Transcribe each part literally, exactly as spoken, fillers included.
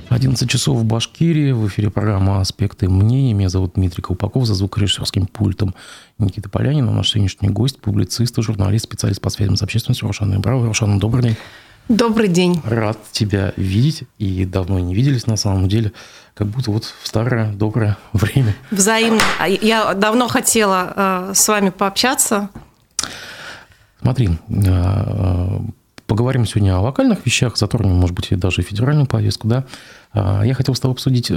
одиннадцать часов в Башкирии. В эфире программа «Аспекты мнений». Меня зовут Дмитрий Колпаков. За звукорежиссерским пультом Никита Полянин. А наш сегодняшний гость – публицист, журналист, специалист по связям с общественностью Рушана Ибраева. Рушана, добрый день. Добрый день. Рад тебя видеть. И давно не виделись, на самом деле. Как будто вот в старое доброе время. Взаимно. Я давно хотела э, с вами пообщаться. Смотри, э, поговорим сегодня о локальных вещах, затронем, может быть, и даже федеральную повестку. Да? Я хотел с тобой обсудить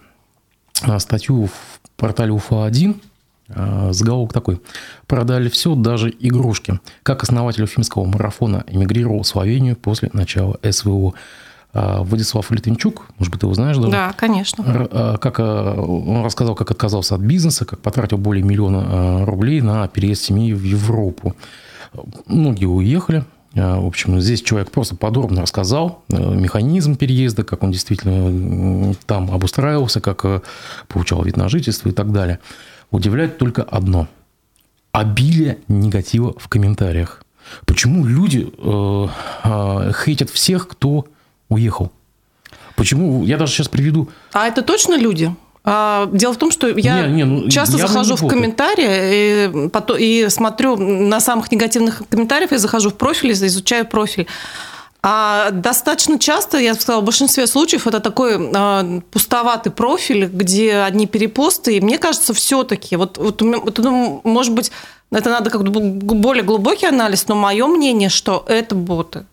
статью в портале Уфа один. Заголовок такой: «Продали все, даже игрушки. Как основатель уфимского марафона эмигрировал в Словению после начала СВО». Владислав Литвинчук, может быть, ты его знаешь даже? Да, конечно. Как, он рассказал, как отказался от бизнеса, как потратил более миллиона рублей на переезд семьи в Европу. Многие уехали. В общем, здесь человек просто подробно рассказал механизм переезда, как он действительно там обустраивался, как получал вид на жительство и так далее. Удивляет только одно – обилие негатива в комментариях. Почему люди э, э, хейтят всех, кто уехал? Почему? Я даже сейчас приведу… А это точно люди? Дело в том, что я не, не, ну, часто захожу в комментарии и, потом, и смотрю на самых негативных комментариев, я захожу в профиль, изучаю профиль. А достаточно часто, я бы сказала, в большинстве случаев это такой а, пустоватый профиль, где одни перепосты. И мне кажется, все-таки, вот, вот, вот, может быть, это надо как-то более глубокий анализ, но мое мнение, что это боты.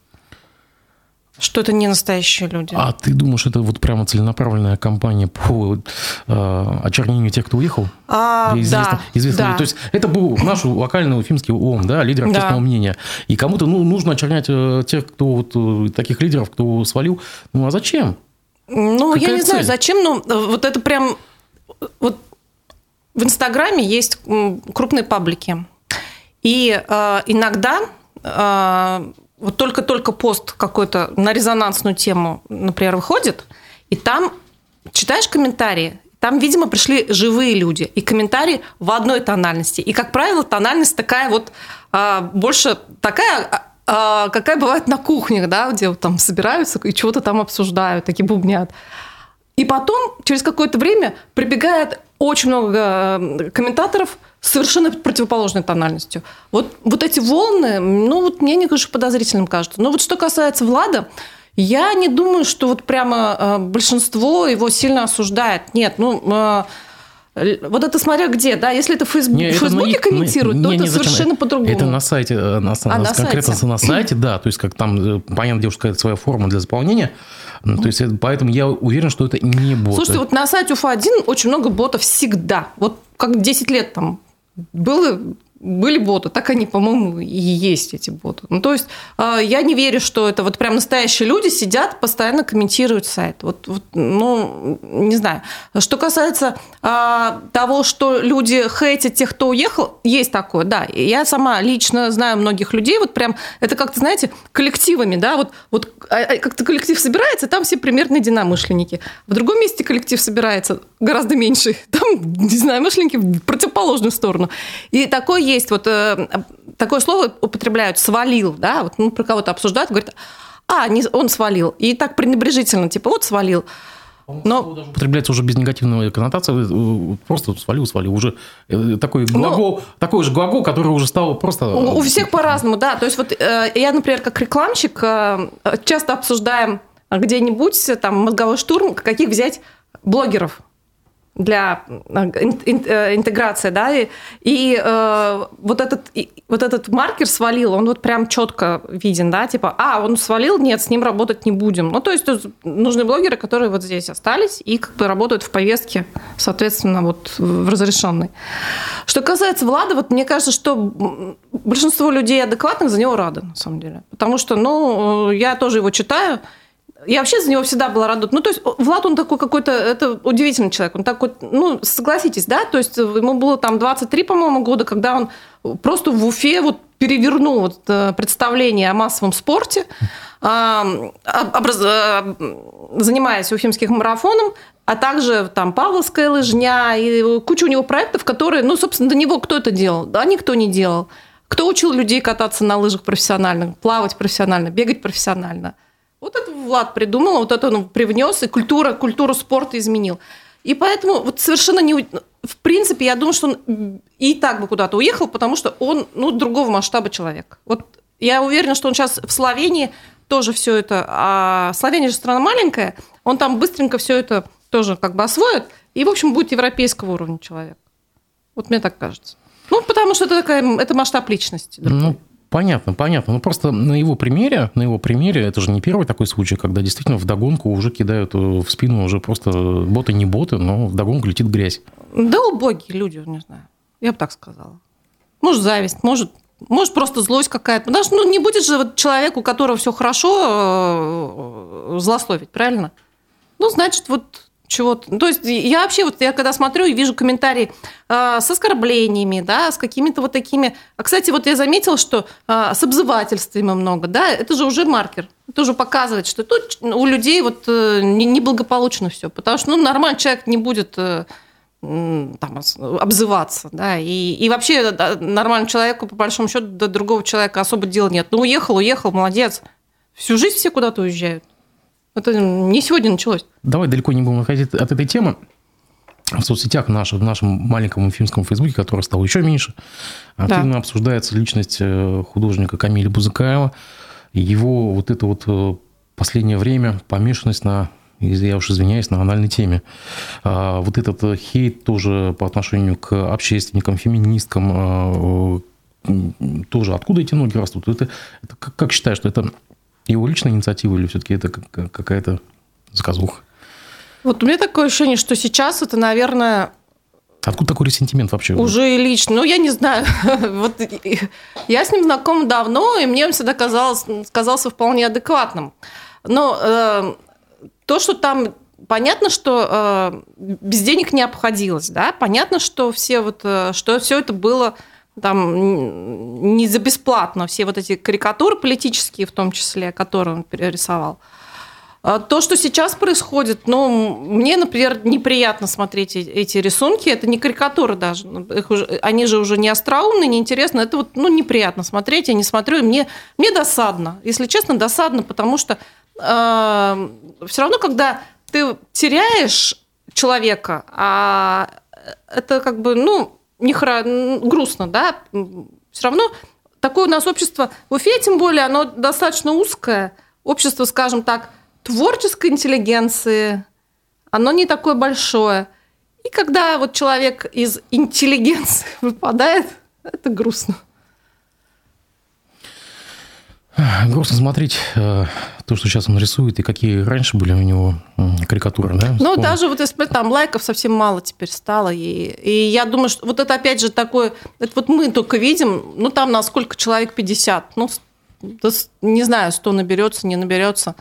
Что это не настоящие люди. А ты думаешь, это вот прямо целенаправленная кампания по э, очернению тех, кто уехал? А, известно, да, известно да. То есть это был наш локальный уфимский ООН, да, лидер общественного да. мнения. И кому-то ну, нужно очернять тех, кто вот, таких лидеров, кто свалил. Ну а зачем? Ну, Какая я не цель? знаю, зачем, но вот это прям… Вот в Инстаграме есть крупные паблики. И э, иногда… Э, Вот только-только пост какой-то на резонансную тему, например, выходит, и там читаешь комментарии, там, видимо, пришли живые люди, и комментарии в одной тональности. И, как правило, тональность такая вот, больше такая, какая бывает на кухнях, да, где вот там собираются и чего-то там обсуждают, такие бубнят. И потом, через какое-то время, прибегает очень много комментаторов с совершенно противоположной тональностью. Вот, вот эти волны, ну, вот мне немножко подозрительным кажется. Но вот что касается Влада, я не думаю, что вот прямо большинство его сильно осуждает. Нет, ну… Вот это смотря где, да, если это в Фейсбуке, не, в Фейсбуке не, комментируют, не, то не, это не, совершенно по-другому. Это на сайте, на, а, на конкретно сайте. на сайте, да, то есть как там, понятно, девушка, какая-то своя форма для заполнения, то есть поэтому я уверен, что это не боты. Слушайте, вот на сайте Уфа один очень много ботов всегда, вот как десять лет там было… Были боты, так они, по-моему, и есть, эти боты. Ну, то есть я не верю, что это вот прям настоящие люди сидят, постоянно комментируют сайт. Вот, вот, ну, не знаю. Что касается а, того, что люди хейтят тех, кто уехал, есть такое, да. Я сама лично знаю многих людей, вот прям, это как-то, знаете, коллективами, да, вот, вот как-то коллектив собирается, там все примерно единомышленники. В другом месте коллектив собирается гораздо меньше, там, не знаю, мышленники в противоположную сторону. И такое есть, вот э, такое слово употребляют «свалил», да, вот, ну, про кого-то обсуждают, говорят, а, не, он свалил, и так пренебрежительно, типа, вот свалил. Но употребляется уже без негативной коннотации, просто свалил, свалил, уже такой глагол, ну, такой же глагол, который уже стал просто… У, у всех по-разному, да, то есть вот э, я, например, как рекламщик э, часто обсуждаем где-нибудь, там, мозговой штурм, каких взять блогеров для интеграции, да, и, и э, вот, этот, и, вот этот маркер свалил, он вот прям четко виден, да, типа, а, он свалил, нет, с ним работать не будем. Ну, то есть нужны блогеры, которые вот здесь остались и как бы работают в повестке, соответственно, вот в разрешенной. Что касается Влада, вот мне кажется, что большинство людей адекватных за него рады, на самом деле, потому что, ну, я тоже его читаю. Я вообще за него всегда была рада. Ну, то есть Влад, он такой какой-то, это удивительный человек. Он такой, ну, согласитесь, да, то есть ему было там двадцать три, по-моему, года, когда он просто в Уфе вот перевернул вот представление о массовом спорте, образ... занимаясь уфимским марафоном, а также там Павловская лыжня и куча у него проектов, которые, ну, собственно, до него кто это делал? Да, никто не делал. Кто учил людей кататься на лыжах профессионально, плавать профессионально, бегать профессионально? Вот это Влад придумал, вот это он привнес, и культура, культуру спорта изменил. И поэтому вот совершенно не... В принципе, я думаю, что он и так бы куда-то уехал, потому что он, ну, другого масштаба человек. Вот я уверена, что он сейчас в Словении тоже все это... А Словения же страна маленькая, он там быстренько все это тоже как бы освоит, и, в общем, будет европейского уровня человек. Вот мне так кажется. Ну, потому что это такая... Это масштаб личности. Ну, понятно, понятно. Ну, просто на его примере, на его примере, это же не первый такой случай, когда действительно вдогонку уже кидают в спину уже просто боты не боты, но вдогонку летит грязь. Да убогие люди, не знаю. Я бы так сказала. Может, зависть, может, может просто злость какая-то. Потому что ну, не будет же вот человек, у которого все хорошо, злословить, правильно? Ну, значит, вот чего-то... То есть я вообще, вот я когда смотрю и вижу комментарии э, с оскорблениями, да, с какими-то вот такими... А, кстати, вот я заметила, что э, с обзывательствами много, да, это же уже маркер. Это уже показывает, что тут у людей вот э, неблагополучно все, потому что, ну, нормальный человек не будет... Э, там, обзываться, да, и, и вообще да, нормальному человеку, по большому счету, до другого человека особо дела нет. Ну, уехал, уехал, молодец. Всю жизнь все куда-то уезжают. Это не сегодня началось. Давай далеко не будем уходить от этой темы. В соцсетях наших, в нашем маленьком уфимском Фейсбуке, который стал еще меньше, активно да. обсуждается личность художника Камиля Бузыкаева. Его вот это вот последнее время помешанность на... я уж извиняюсь, на анальной теме. Вот этот хейт тоже по отношению к общественникам, феминисткам, тоже откуда эти ноги растут? Это, это как считаешь, что это его личная инициатива или все-таки это какая-то заказуха? Вот у меня такое ощущение, что сейчас это, наверное... Откуда такой ресентимент вообще? Уже и лично. Ну, я не знаю. Вот я с ним знакома давно, и мне он всегда казалось, казался вполне адекватным. Но... То, что там понятно, что э, без денег не обходилось, да, понятно, что все вот, э, что все это было там не за бесплатно, все вот эти карикатуры политические, в том числе, которые он перерисовал. То, что сейчас происходит, ну, мне, например, неприятно смотреть эти рисунки, это не карикатуры даже, их уже, они же уже не остроумные, не интересны, это вот, ну, неприятно смотреть, я не смотрю, и мне, мне досадно, если честно, досадно, потому что э, все равно, когда ты теряешь человека, а это как бы, ну, не хра... грустно, да, все равно такое у нас общество, в Уфе тем более, оно достаточно узкое, общество, скажем так, творческой интеллигенции, оно не такое большое. И когда вот человек из интеллигенции выпадает, это грустно. Грустно смотреть то, что сейчас он рисует, и какие раньше были у него карикатуры, да? Ну, Вспомнил. даже вот если там лайков совсем мало теперь стало. И, и я думаю, что вот это опять же такое... Это вот мы только видим, ну, там на сколько человек? пятьдесят. Ну, не знаю, сто наберется, не наберется.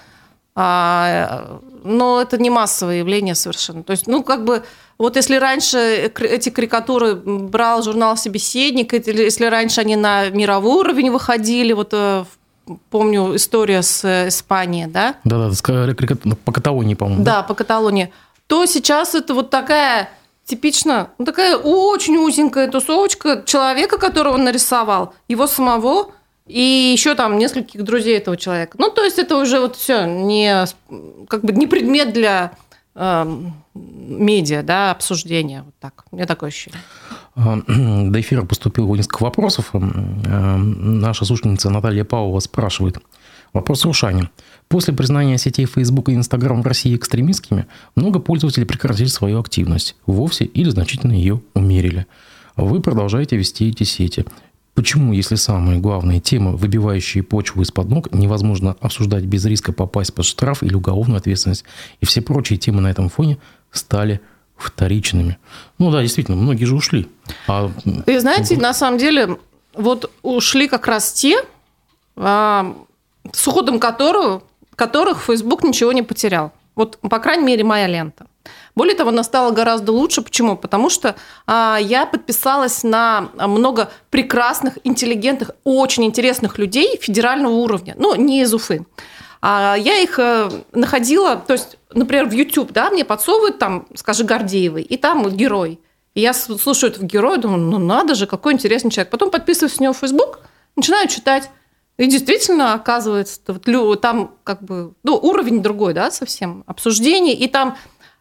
А, но это не массовое явление совершенно. То есть, ну, как бы... Вот если раньше эти карикатуры брал журнал «Собеседник», если раньше они на мировой уровень выходили, вот помню история с Испанией, да? Да-да, по Каталонии, по-моему. Да, да, по Каталонии. То сейчас это вот такая типично, ну, такая очень узенькая тусовочка человека, которого он нарисовал, его самого и еще там нескольких друзей этого человека. Ну, то есть это уже вот все не, как бы не предмет для э, медиа, да, обсуждения. Вот так. У меня такое ощущение. До эфира поступило несколько вопросов. Наша слушательница Наталья Павлова спрашивает. Вопрос Рушане. После признания сетей Facebook и Instagram в России экстремистскими, много пользователей прекратили свою активность. Вовсе или значительно ее умерили. Вы продолжаете вести эти сети. Почему, если самые главные темы, выбивающие почву из-под ног, невозможно обсуждать без риска попасть под штраф или уголовную ответственность, и все прочие темы на этом фоне стали вторичными? Ну да, действительно, многие же ушли. А... И знаете, на самом деле, вот ушли как раз те, а, с уходом которого, которых Facebook ничего не потерял. Вот, по крайней мере, моя лента. Более того, она стала гораздо лучше. Почему? Потому что а, я подписалась на много прекрасных, интеллигентных, очень интересных людей федерального уровня. Ну, не из Уфы. А я их находила, то есть, например, в YouTube, да, мне подсовывают там, скажи, Гордеевой, и там герой. И я слушаю этого героя, думаю, ну надо же, какой интересный человек. Потом подписываюсь с него в Facebook, начинаю читать. И действительно, оказывается, вот, там как бы, ну, уровень другой, да, совсем, обсуждений, и там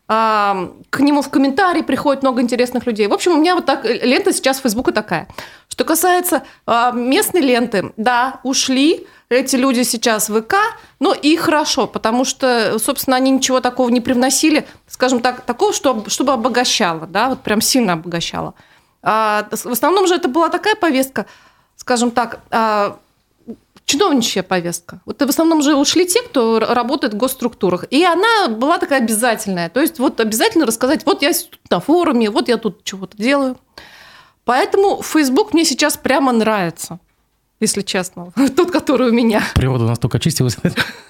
а, к нему в комментарии приходит много интересных людей. В общем, у меня вот так лента сейчас в Фейсбуке такая. Что касается а, местной ленты, да, ушли эти люди сейчас в ВК, но и хорошо, потому что, собственно, они ничего такого не привносили, скажем так, такого, чтобы, чтобы обогащало, да, вот прям сильно обогащало. А, в основном же это была такая повестка, скажем так, а, чиновничья повестка. Вот в основном же ушли те, кто работает в госструктурах. И она была такая обязательная. То есть вот обязательно рассказать, вот я тут на форуме, вот я тут чего-то делаю. Поэтому Facebook мне сейчас прямо нравится, если честно. Тот, который у меня. Природа настолько очистилась.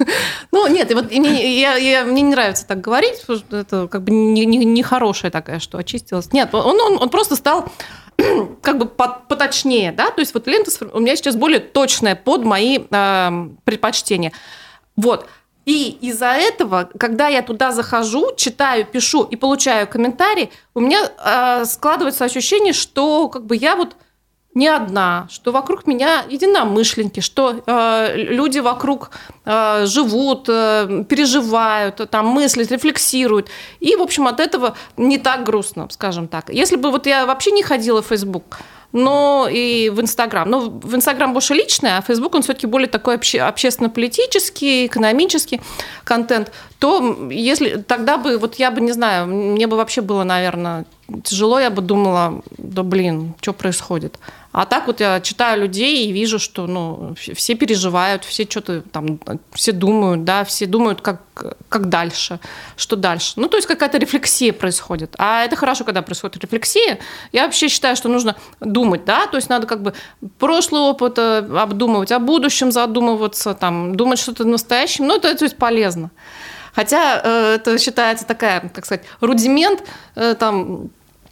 Ну, нет, и вот и мне, я, я, мне не нравится так говорить, потому что это как бы не, не, не хорошая такая, что очистилась. Нет, он, он, он просто стал как бы поточнее, да, то есть вот лента у меня сейчас более точная под мои э, предпочтения. Вот. И из-за этого, когда я туда захожу, читаю, пишу и получаю комментарии, у меня э, складывается ощущение, что как бы я вот не одна, что вокруг меня единомышленники, что э, люди вокруг э, живут, э, переживают, там, мыслят, рефлексируют. И, в общем, от этого не так грустно, скажем так. Если бы вот я вообще не ходила в Facebook, но и в Инстаграм. Но в Инстаграм больше личное, а Фейсбук, он все-таки более такой обще- общественно-политический, экономический контент, то если тогда бы, вот я бы, не знаю, мне бы вообще было, наверное, тяжело, я бы думала, да блин, что происходит. А так вот я читаю людей и вижу, что ну, все переживают, все что-то там, все думают, да, все думают, как, как дальше, что дальше. Ну, то есть какая-то рефлексия происходит. А это хорошо, когда происходит рефлексия. Я вообще считаю, что нужно думать, да, то есть надо как бы прошлый опыт обдумывать, о будущем задумываться, там, думать что-то настоящем. Ну, это, это есть полезно. Хотя э, это считается такая, как сказать, рудимент, э, там,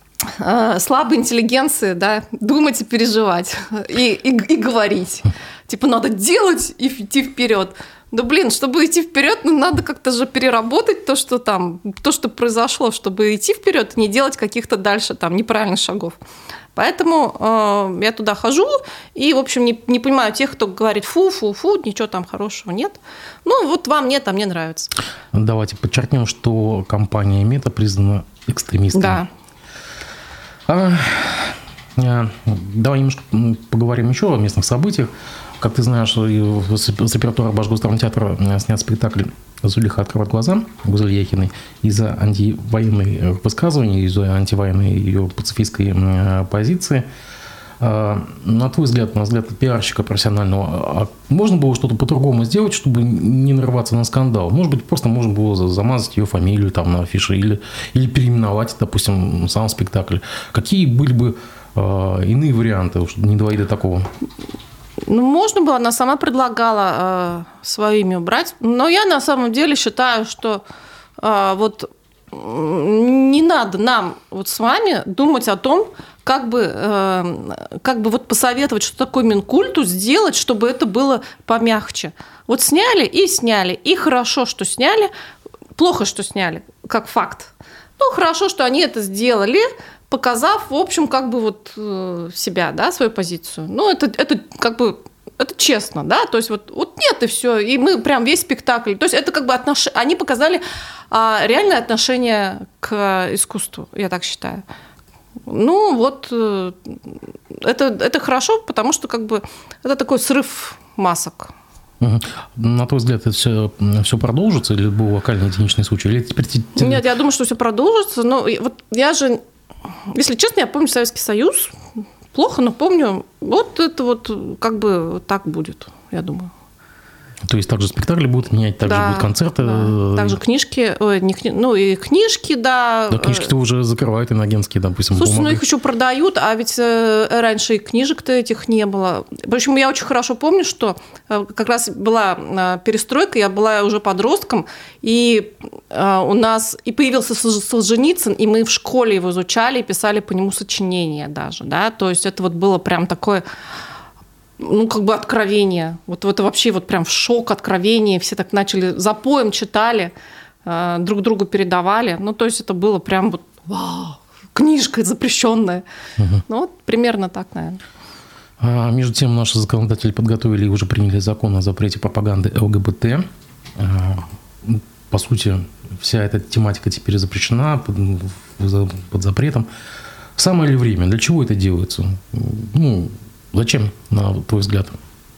слабой интеллигенции, да, думать и переживать, и, и, и говорить. Типа, надо делать и идти вперед. Да блин, чтобы идти вперед, ну, надо как-то же переработать то, что там, то, что произошло, чтобы идти вперед и не делать каких-то дальше там неправильных шагов. Поэтому э, я туда хожу и, в общем, не, не понимаю тех, кто говорит фу-фу-фу, ничего там хорошего нет. Ну, вот вам нет, а мне нравится. Давайте подчеркнем, что компания Мета признана экстремистской. Да. А, давай немножко поговорим еще о местных событиях. Как ты знаешь, с репертуара Башгосдрамтеатра снят спектакль «Зулиха открывает глаза» Гузель Яхиной из-за антивоенных высказываний, из-за антивоенной ее пацифистской позиции. На твой взгляд, на взгляд пиарщика профессионального, можно было что-то по-другому сделать, чтобы не нарываться на скандал? Может быть, просто можно было замазать ее фамилию там на афише или, или переименовать, допустим, сам спектакль. Какие были бы э, иные варианты, чтобы не доводить до такого? Ну, можно было, она сама предлагала э, свое имя убрать, но я на самом деле считаю, что э, вот не надо нам вот с вами думать о том, как бы, э, как бы вот посоветовать, что такое Минкульту сделать, чтобы это было помягче. Вот сняли и сняли, и хорошо, что сняли, плохо, что сняли, как факт. Ну, хорошо, что они это сделали, показав, в общем, как бы вот себя, да, свою позицию. Ну, это, это как бы, это честно, да, то есть вот, вот нет, и все, и мы прям весь спектакль, то есть это как бы отнош... они показали а, реальное отношение к искусству, я так считаю. Ну, вот это, это хорошо, потому что как бы это такой срыв масок. Угу. На твой взгляд, это все, все продолжится или был локальный единичный случай? Или теперь... Нет, я думаю, что все продолжится, но вот я же, если честно, я помню Советский Союз, плохо, но помню, вот это вот как бы так будет, я думаю. То есть также спектакли будут менять, также да, будут концерты. Да. Также книжки, ой, не кни... ну и книжки, да. Да, книжки-то уже закрывают иногентские, допустим. Слушай, бумагой. ну их еще продают, а ведь раньше и книжек-то этих не было. В общем, я очень хорошо помню, что как раз была перестройка, я была уже подростком, и у нас и появился Солженицын, и мы в школе его изучали и писали по нему сочинения даже, да, то есть это вот было прям такое... ну, как бы откровение. Вот это вообще вот прям в шок, откровение. Все так начали запоем читали, друг другу передавали. Ну, то есть это было прям вот вау, книжка запрещенная. Угу. Ну, вот примерно так, наверное. А между тем, наши законодатели подготовили и уже приняли закон о запрете пропаганды ЛГБТ. По сути, вся эта тематика теперь запрещена под, под запретом. Самое ли время? Для чего это делается? Ну, зачем, на твой взгляд?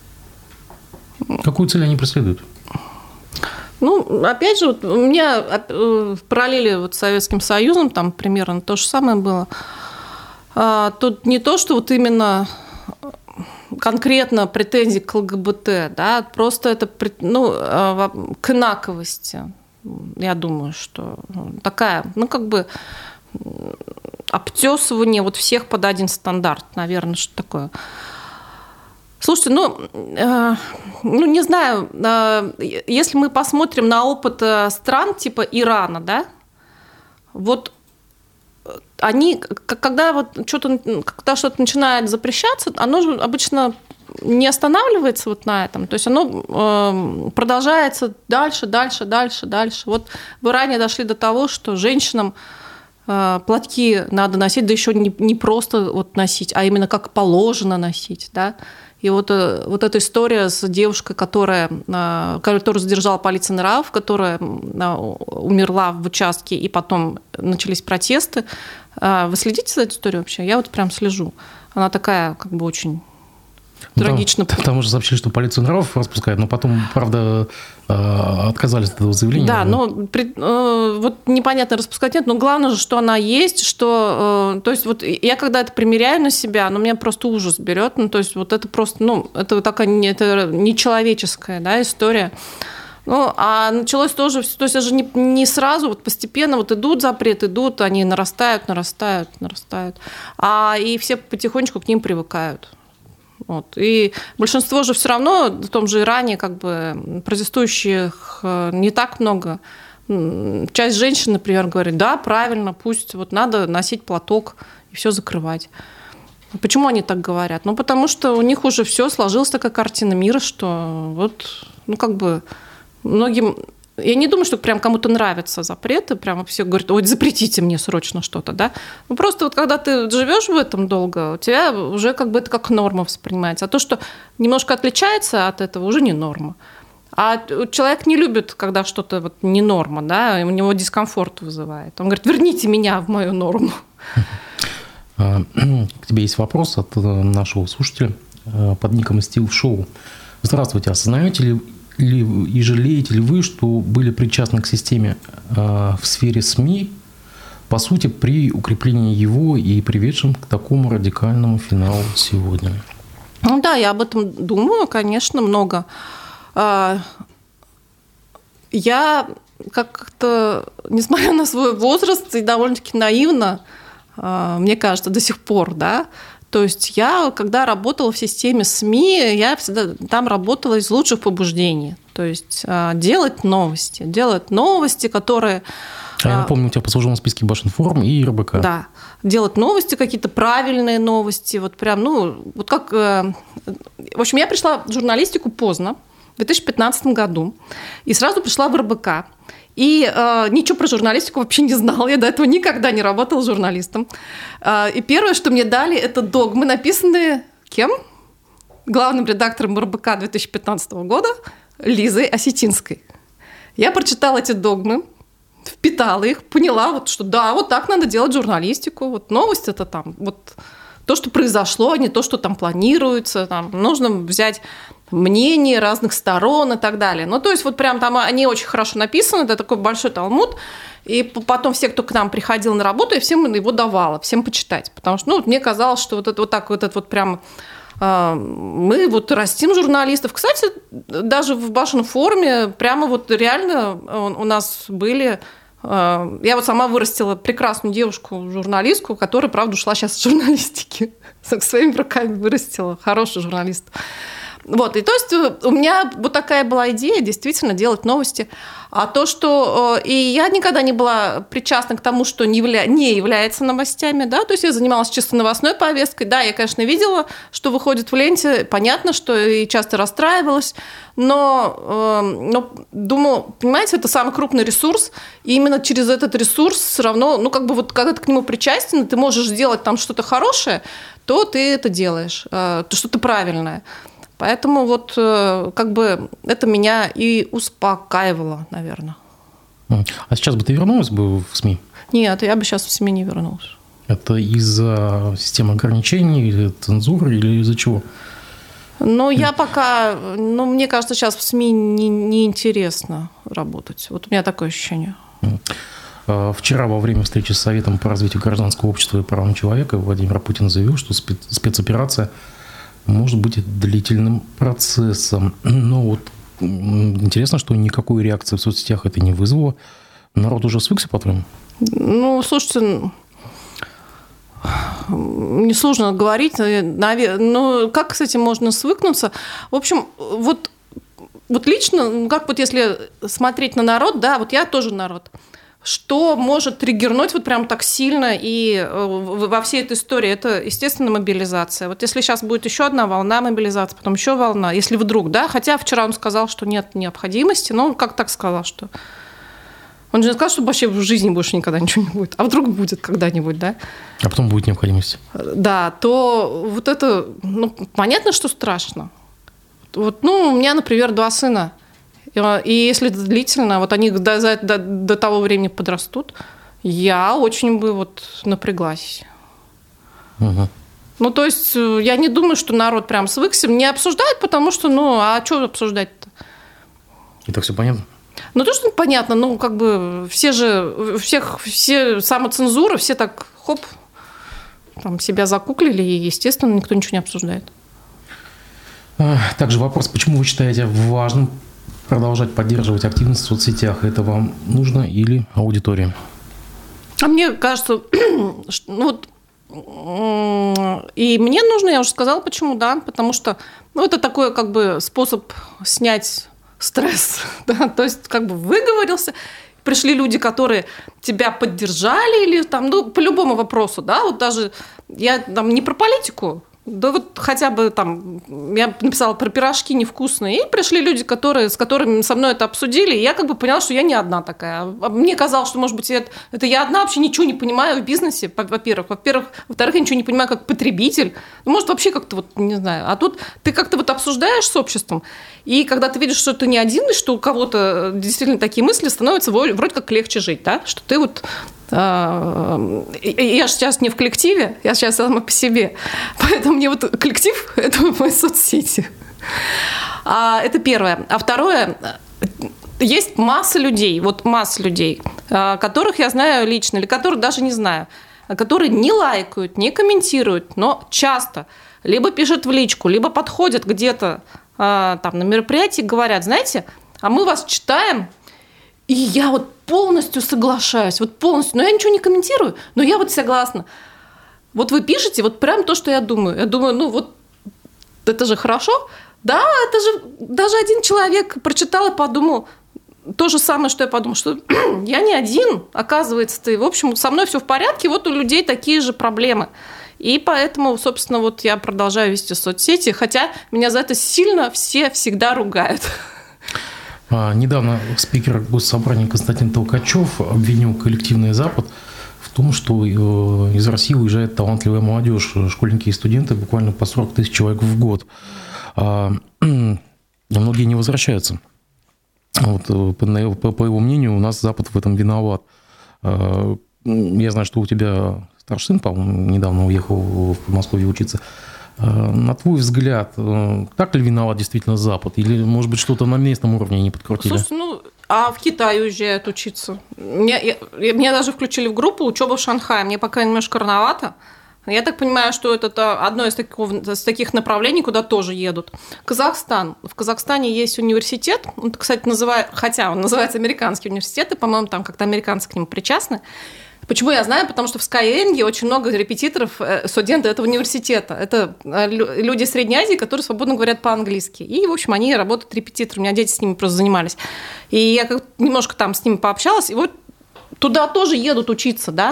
Какую цель они преследуют? Ну, опять же, вот у меня в параллели вот с Советским Союзом там примерно то же самое было. Тут не то, что вот именно конкретно претензии к ЛГБТ, да, просто это, ну, к инаковости. Я думаю, что такая, ну, как бы обтесывание вот всех под один стандарт, наверное, что такое. Слушайте, ну, э, ну, не знаю, э, если мы посмотрим на опыт стран типа Ирана, да, вот они, когда вот что-то, когда что-то начинает запрещаться, оно же обычно не останавливается вот на этом, то есть оно э, продолжается дальше, дальше, дальше, дальше. Вот в Иране дошли до того, что женщинам э, платки надо носить, да еще не, не просто вот носить, а именно как положено носить, да. И вот, вот эта история с девушкой, которая, которую задержала полиция нравов, которая умерла в участке, и потом начались протесты. Вы следите за этой историей вообще? Я вот прям слежу. Она такая, как бы, очень... Ну, трагично. Там, там уже сообщили, что полицию нравов распускают, но потом, правда, отказались от этого заявления. Да, но вот непонятно, распускать нет, но главное же, что она есть, что... То есть вот я когда это примеряю на себя, ну, меня просто ужас берет. Ну, то есть вот это просто, ну, это такая это нечеловеческая, да, история. Ну, а началось тоже, то есть это же не, не сразу, вот постепенно вот идут запреты, идут, они нарастают, нарастают, нарастают, а и все потихонечку к ним привыкают. Вот. И большинство же все равно, в том же Иране, как бы протестующих не так много. Часть женщин, например, говорит, да, правильно, пусть вот надо носить платок и все закрывать. Почему они так говорят? Ну, потому что у них уже все сложилась такая картина мира, что вот, ну, как бы многим... Я не думаю, что прям кому-то нравятся запреты, прямо все говорят, ой, запретите мне срочно что-то, да. Ну, просто вот когда ты живешь в этом долго, у тебя уже как бы это как норма воспринимается. А то, что немножко отличается от этого, уже не норма. А человек не любит, когда что-то вот не норма, да, и у него дискомфорт вызывает. Он говорит, верните меня в мою норму. К тебе есть вопрос от нашего слушателя под ником Steel Show. Здравствуйте, осознаете ли Ли, и жалеете ли вы, что были причастны к системе э, в сфере СМИ, по сути, при укреплении его и приведшем к такому радикальному финалу сегодня? Ну да, я об этом думаю, конечно, много. Я как-то, несмотря на свой возраст, и довольно-таки наивно, мне кажется, до сих пор, да, то есть я, когда работала в системе СМИ, я всегда там работала из лучших побуждений. То есть делать новости. Делать новости, которые... А я напомню, у тебя в послужном списке Башинформ и РБК. Да. Делать новости, какие-то правильные новости. Вот прям, ну, вот как... В общем, я пришла в журналистику поздно, в две тысячи пятнадцатом году, и сразу пришла в РБК. И э, ничего про журналистику вообще не знала. Я до этого никогда не работала журналистом. Э, и первое, что мне дали, это догмы, написанные кем? Главным редактором РБК две тысячи пятнадцатого года Лизой Осетинской. Я прочитала эти догмы, впитала их, поняла, вот, что да, вот так надо делать журналистику. Вот новость – это там вот то, что произошло, а не то, что там планируется. Там нужно взять мнения разных сторон и так далее. Ну, то есть вот прям там они очень хорошо написаны, это такой большой талмуд, и потом все, кто к нам приходил на работу, я всем его давала, всем почитать, потому что, ну, мне казалось, что вот это вот так вот это вот прям э, мы вот растим журналистов. Кстати, даже в Башинформе прямо вот реально у нас были... Э, я вот сама вырастила прекрасную девушку, журналистку, которая, правда, ушла сейчас из журналистики, своими руками вырастила, хороший журналист. Вот, и то есть у меня вот такая была идея действительно делать новости. А то, что... И я никогда не была причастна к тому, что не, явля... не является новостями, да, то есть я занималась чисто новостной повесткой. Да, я, конечно, видела, что выходит в ленте, понятно, что и часто расстраивалась, но, но думаю, понимаете, это самый крупный ресурс, и именно через этот ресурс все равно, ну, как бы вот когда ты к нему причастен, ты можешь сделать там что-то хорошее, то ты это делаешь, то что-то правильное. Поэтому вот как бы это меня и успокаивало, наверное. А сейчас бы ты вернулась бы в СМИ? Нет, я бы сейчас в СМИ не вернулась. Это из-за системы ограничений, или цензуры, или из-за чего? Ну, я пока... Ну, мне кажется, сейчас в СМИ не, не интересно работать. Вот у меня такое ощущение. Вчера во время встречи с Советом по развитию гражданского общества и правам человека Владимир Путин заявил, что спецоперация может быть длительным процессом. Но вот интересно, что никакой реакции в соцсетях это не вызвало. Народ уже свыкся, по-твоему? Ну, слушайте, несложно говорить. Ну, как с этим можно свыкнуться? В общем, вот, вот лично, как вот если смотреть на народ, да, вот я тоже народ. Что может триггернуть вот прям так сильно и во всей этой истории? Это, естественно, мобилизация. Вот если сейчас будет еще одна волна мобилизации, потом еще волна, если вдруг, да, хотя вчера он сказал, что нет необходимости, но он как так сказал, что... Он же не сказал, что вообще в жизни больше никогда ничего не будет, а вдруг будет когда-нибудь, да? А потом будет необходимость. Да, то вот это, ну, понятно, что страшно. Вот, ну, у меня, например, два сына. И если это длительно, вот они до, до, до того времени подрастут, я очень бы вот напряглась. Угу. Ну, то есть я не думаю, что народ прям свыкся. Не обсуждает, потому что, ну, а что обсуждать-то? И так все понятно? Ну, то, что понятно, ну, как бы все же, всех, все самоцензура, все так, хоп, там себя закуклили, и, естественно, никто ничего не обсуждает. Также вопрос, почему вы считаете важным продолжать поддерживать активность в соцсетях? Это вам нужно или аудитория? А мне кажется, что, ну, вот, и мне нужно, я уже сказала, почему, да, потому что, ну, это такой, как бы, способ снять стресс, да, то есть, как бы, выговорился, пришли люди, которые тебя поддержали, или там, ну, по любому вопросу, да, вот даже я там не про политику, да вот хотя бы там, я написала про пирожки невкусные, и пришли люди, которые, с которыми со мной это обсудили, и я как бы поняла, что я не одна такая. Мне казалось, что, может быть, это, это я одна, вообще ничего не понимаю в бизнесе, во-первых. Во-первых, во-вторых, я ничего не понимаю как потребитель. Ну, может, вообще как-то вот, не знаю. А тут ты как-то вот обсуждаешь с обществом, и когда ты видишь, что ты не один, и что у кого-то действительно такие мысли, становится вроде как легче жить, да, что ты вот... Я же сейчас не в коллективе, я сейчас сама по себе. Поэтому мне вот коллектив – это мои соцсети. Это первое. А второе – есть масса людей, вот масса людей, которых я знаю лично или которых даже не знаю, которые не лайкают, не комментируют, но часто либо пишут в личку, либо подходят где-то там на мероприятии и говорят, знаете, а мы вас читаем, и я вот полностью соглашаюсь, вот полностью. Но я ничего не комментирую, но я вот согласна. Вот вы пишете вот прям то, что я думаю. Я думаю, ну вот это же хорошо. Да, это же даже один человек прочитал и подумал то же самое, что я подумала, что я не один, оказывается, ты. В общем, со мной все в порядке, вот у людей такие же проблемы. И поэтому, собственно, вот я продолжаю вести соцсети, хотя меня за это сильно все всегда ругают. Недавно спикер Госсобрания Константин Толкачев обвинил коллективный Запад в том, что из России уезжает талантливая молодежь, школьники и студенты, буквально по сорок тысяч человек в год. А многие не возвращаются. Вот, по, по его мнению, у нас Запад в этом виноват. Я знаю, что у тебя старший сын, по-моему, недавно уехал в Подмосковье учиться. На твой взгляд, так ли виноват действительно Запад? Или, может быть, что-то на местном уровне не подкрутили? Слушай, ну, а в Китай уезжают учиться. Меня, я, меня даже включили в группу «Учеба в Шанхае». Мне пока немножко рановато. Я так понимаю, что это одно из таких, из таких направлений, куда тоже едут. Казахстан. В Казахстане есть университет. Он, кстати, называет, хотя он называется американский университет, и, по-моему, там как-то американцы к нему причастны. Почему я знаю? Потому что в Skyeng очень много репетиторов, студенты этого университета. Это люди Средней Азии, которые свободно говорят по-английски. И, в общем, они работают репетиторами. У меня дети с ними просто занимались. И я как немножко там с ними пообщалась. И вот туда тоже едут учиться, да.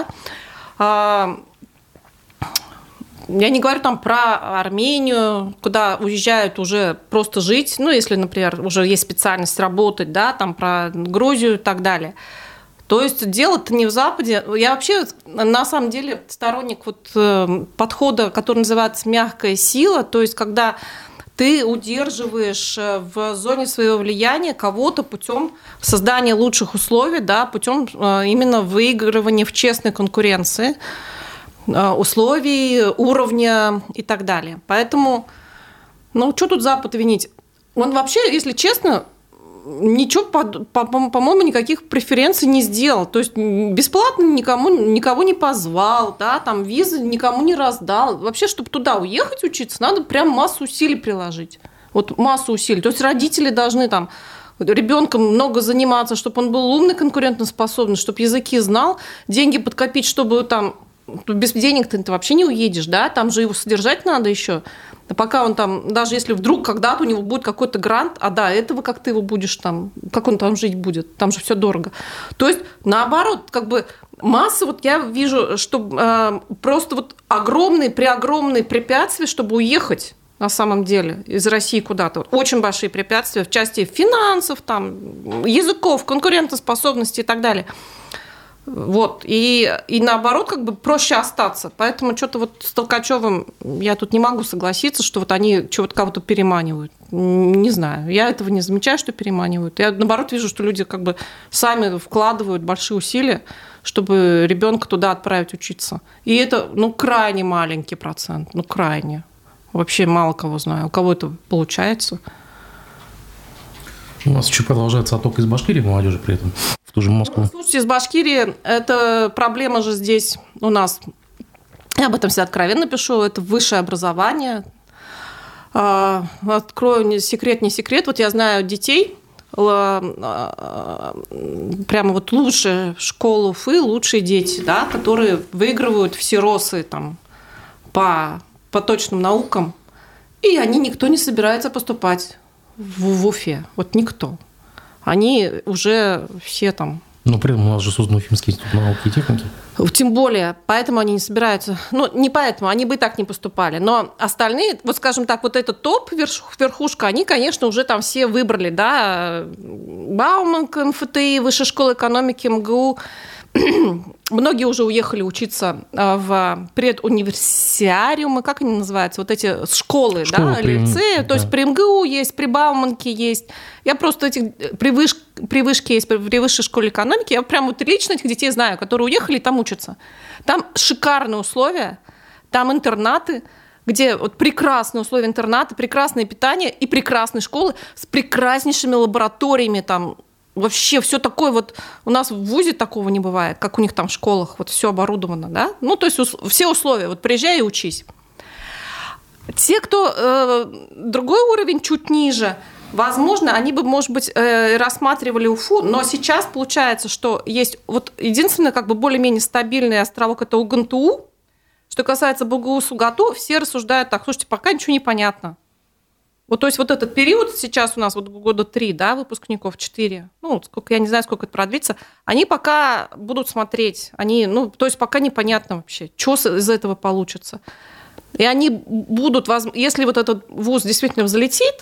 Я не говорю там про Армению, куда уезжают уже просто жить. Ну, если, например, уже есть специальность работать, да, там про Грузию и так далее. То есть дело-то не в Западе. Я вообще, на самом деле, сторонник вот подхода, который называется мягкая сила, то есть когда ты удерживаешь в зоне своего влияния кого-то путем создания лучших условий, да, путем именно выигрывания в честной конкуренции, условий, уровня и так далее. Поэтому, ну, что тут Запад винить? Он вообще, если честно, ничего, по-моему, никаких преференций не сделал. То есть бесплатно никому, никого не позвал, да, там визы никому не раздал. Вообще, чтобы туда уехать учиться, надо прям массу усилий приложить. Вот массу усилий. То есть родители должны там ребенком много заниматься, чтобы он был умный, конкурентоспособный, чтобы языки знал, деньги подкопить, чтобы там... Без денег ты вообще не уедешь, да, там же его содержать надо еще. А пока он там, даже если вдруг когда-то у него будет какой-то грант, а да, этого как ты его будешь там, как он там жить будет, там же все дорого. То есть, наоборот, как бы масса, вот я вижу, что э, просто вот огромные, преогромные препятствия, чтобы уехать на самом деле из России куда-то. Очень большие препятствия в части финансов, там, языков, конкурентоспособности и так далее. Вот. И, и наоборот, как бы проще остаться. Поэтому что-то вот с Толкачевым я тут не могу согласиться, что вот они чего-то кого-то переманивают. Не знаю. Я этого не замечаю, что переманивают. Я, наоборот, вижу, что люди как бы сами вкладывают большие усилия, чтобы ребенка туда отправить учиться. И это, ну, крайне маленький процент. Ну, крайне. Вообще мало кого знаю. У кого это получается. У нас еще продолжается отток из Башкирии молодежи при этом. В ту же Москву. Ну, слушайте, из Башкирии это проблема же здесь у нас. Я об этом всегда откровенно пишу. Это высшее образование. Открою не секрет, не секрет. Вот я знаю детей, прямо вот лучшие школы Уфы, лучшие дети, да, которые выигрывают все РОСы там, по, по точным наукам. И они, никто не собирается поступать в, в Уфе. Вот никто. Они уже все там... Но при этом у нас же создан Уфимский институт науки и техники. Тем более, поэтому они не собираются... Ну, не поэтому, они бы и так не поступали. Но остальные, вот скажем так, вот этот топ, верхушка, они, конечно, уже там все выбрали, да, Бауманка, эм эф тэ и, Высшая школа экономики, эм гэ у. Многие уже уехали учиться в предуниверсиариумы, как они называются, вот эти школы, школы да, при... лицеи, да. То есть при эм гэ у есть, при Бауманке есть. Я просто этих при, выш... при вышке есть, при Высшей школе экономики, я прям вот лично этих детей знаю, которые уехали и там учатся. Там шикарные условия, там интернаты, где вот прекрасные условия интерната, прекрасное питание и прекрасные школы с прекраснейшими лабораториями там. Вообще все такое вот... У нас в ВУЗе такого не бывает, как у них там в школах. Вот все оборудовано, да? Ну, то есть все условия. Вот приезжай и учись. Те, кто э, другой уровень чуть ниже, возможно, они бы, может быть, э, рассматривали Уфу, но сейчас получается, что есть... Вот единственное, как бы более-менее стабильный островок – это УГНТУ. Что касается БГУ, СУГАТУ, все рассуждают так, слушайте, пока ничего не понятно. Вот, то есть вот этот период сейчас у нас вот года три, да, выпускников, четыре, ну, сколько, я не знаю, сколько это продлится, они пока будут смотреть, они, ну, то есть пока непонятно вообще, что из этого получится. И они будут, если вот этот вуз действительно взлетит,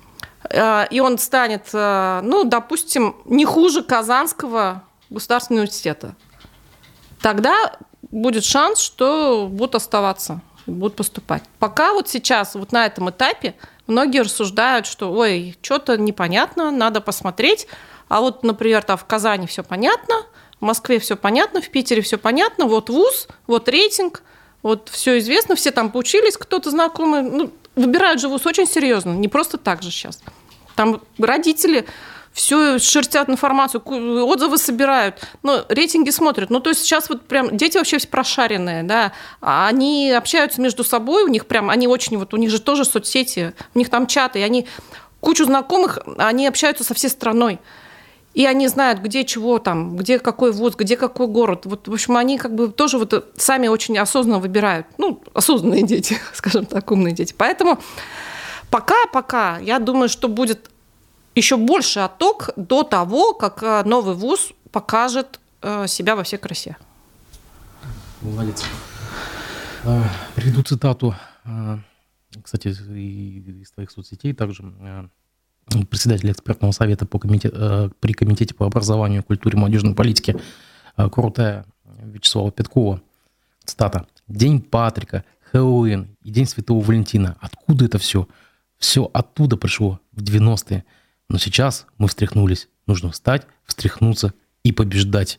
и он станет, ну, допустим, не хуже Казанского государственного университета, тогда будет шанс, что будут оставаться, будут поступать. Пока вот сейчас, вот на этом этапе, многие рассуждают, что, ой, что-то непонятно, надо посмотреть. А вот, например, там в Казани все понятно, в Москве все понятно, в Питере все понятно, вот вуз, вот рейтинг, вот все известно, все там поучились, кто-то знакомый. Ну, выбирают же вуз очень серьезно, не просто так же сейчас. Там родители все шерстят информацию, отзывы собирают, ну, рейтинги смотрят. Ну, то есть сейчас вот прям дети вообще все прошаренные, да, они общаются между собой, у них прям, они очень, вот у них же тоже соцсети, у них там чаты, и они кучу знакомых, они общаются со всей страной. и они знают, где чего там, где какой вуз, где какой город. Вот, в общем, они как бы тоже вот сами очень осознанно выбирают. Ну, осознанные дети, скажем так, умные дети. Поэтому пока-пока, я думаю, что будет еще больше отток до того, как новый вуз покажет себя во всей красе. Молодец. Приведу цитату, кстати, из твоих соцсетей также. Председатель экспертного совета по комитет, при Комитете по образованию, культуре, молодежной политике Крутая Вячеслава Петкова. Цитата. «День Патрика, Хэллоуин и День Святого Валентина. Откуда это все? Все оттуда пришло в девяностые. Но сейчас мы встряхнулись. Нужно встать, встряхнуться и побеждать».